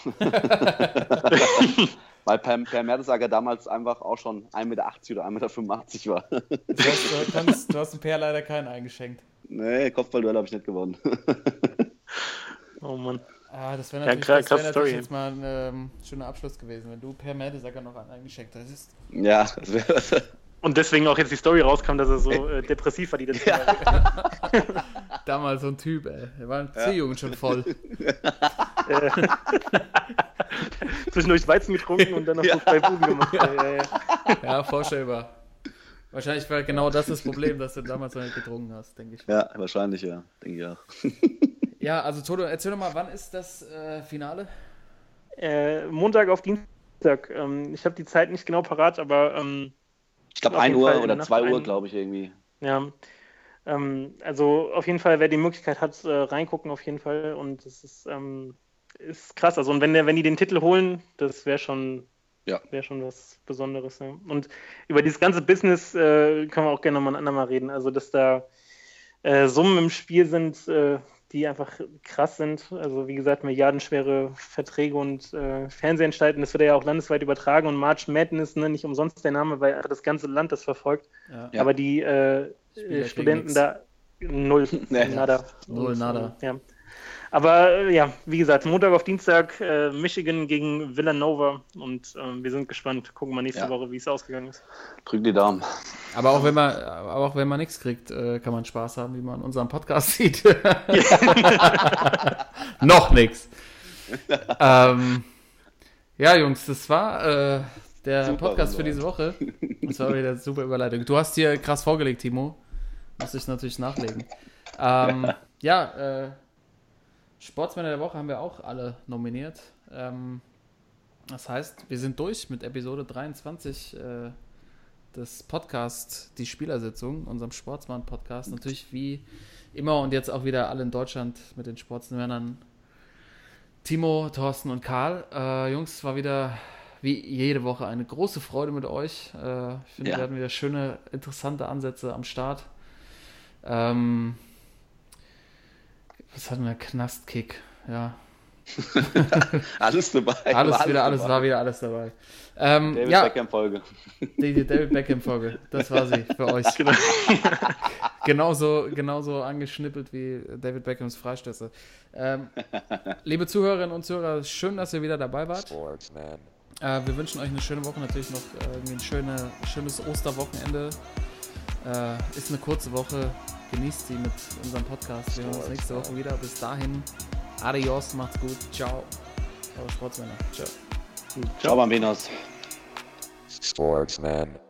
Weil Per Mertesacker damals einfach auch schon 1,80 Meter oder 1,85 Meter war. Das heißt, du hast dem Per leider keinen eingeschenkt. Nee, Kopfballduell habe ich nicht gewonnen. Oh Mann. Das wäre natürlich jetzt mal ein schöner Abschluss gewesen, wenn du Per Mertesacker noch einen eingeschenkt hättest. Ja, das wäre... Und deswegen auch jetzt die Story rauskam, dass er so depressiv war, die das Damals so ein Typ, ey. Der war in C-Jugend schon voll. Zwischendurch Weizen getrunken und dann noch so 2 Buben gemacht. Ja, vorstellbar. Wahrscheinlich war genau das Problem, dass du damals noch nicht getrunken hast, denke ich. Ja, wahrscheinlich, ja. Denke ich auch. Ja, also Toto, erzähl doch mal, wann ist das Finale? Montag auf Dienstag. Ich habe die Zeit nicht genau parat, aber ich glaube 1 Uhr oder 2 Uhr, glaube ich, irgendwie. Ja, also auf jeden Fall, wer die Möglichkeit hat, reingucken auf jeden Fall. Und es ist krass. Also und wenn die den Titel holen, das wäre schon was Besonderes. Ja. Und über dieses ganze Business können wir auch gerne mal ein andermal reden. Also dass da Summen im Spiel sind, die einfach krass sind. Also wie gesagt, milliardenschwere Verträge und Fernsehanstalten, das wird ja auch landesweit übertragen und March Madness, ne, nicht umsonst der Name, weil das ganze Land das verfolgt. Ja. Aber die Studenten da null, nada. Null, nada. Ja. Aber wie gesagt, Montag auf Dienstag Michigan gegen Villanova und wir sind gespannt. Gucken wir nächste Woche, wie es ausgegangen ist. Drück die Daumen. Aber auch wenn man nichts kriegt, kann man Spaß haben, wie man in unserem Podcast sieht. Noch nichts. Ja, Jungs, das war der super Podcast für diese Woche. Das war wieder eine super Überleitung. Du hast hier krass vorgelegt, Timo. Muss ich natürlich nachlegen. Sportsmänner der Woche haben wir auch alle nominiert. Das heißt, wir sind durch mit Episode 23 des Podcasts Die Spielersitzung, unserem Sportsmann-Podcast. Natürlich wie immer und jetzt auch wieder alle in Deutschland mit den Sportsmännern Timo, Thorsten und Karl. Jungs, war wieder wie jede Woche eine große Freude mit euch. Ich finde, wir hatten wieder schöne, interessante Ansätze am Start. Was hatten wir? Knastkick, ja. Alles dabei. War wieder alles dabei. David Beckham-Folge. Die David Beckham-Folge, das war sie für euch. Genauso angeschnippelt wie David Beckhams Freistöße. Liebe Zuhörerinnen und Zuhörer, schön, dass ihr wieder dabei wart. Wir wünschen euch eine schöne Woche, natürlich noch ein schönes Osterwochenende. Ist eine kurze Woche. Genießt sie mit unserem Podcast. Wir hören uns nächste Woche wieder. Bis dahin, adios, macht's gut. Ciao. Ciao, Sportsmänner. Ciao. Ciao, Bambinos. Sportsman.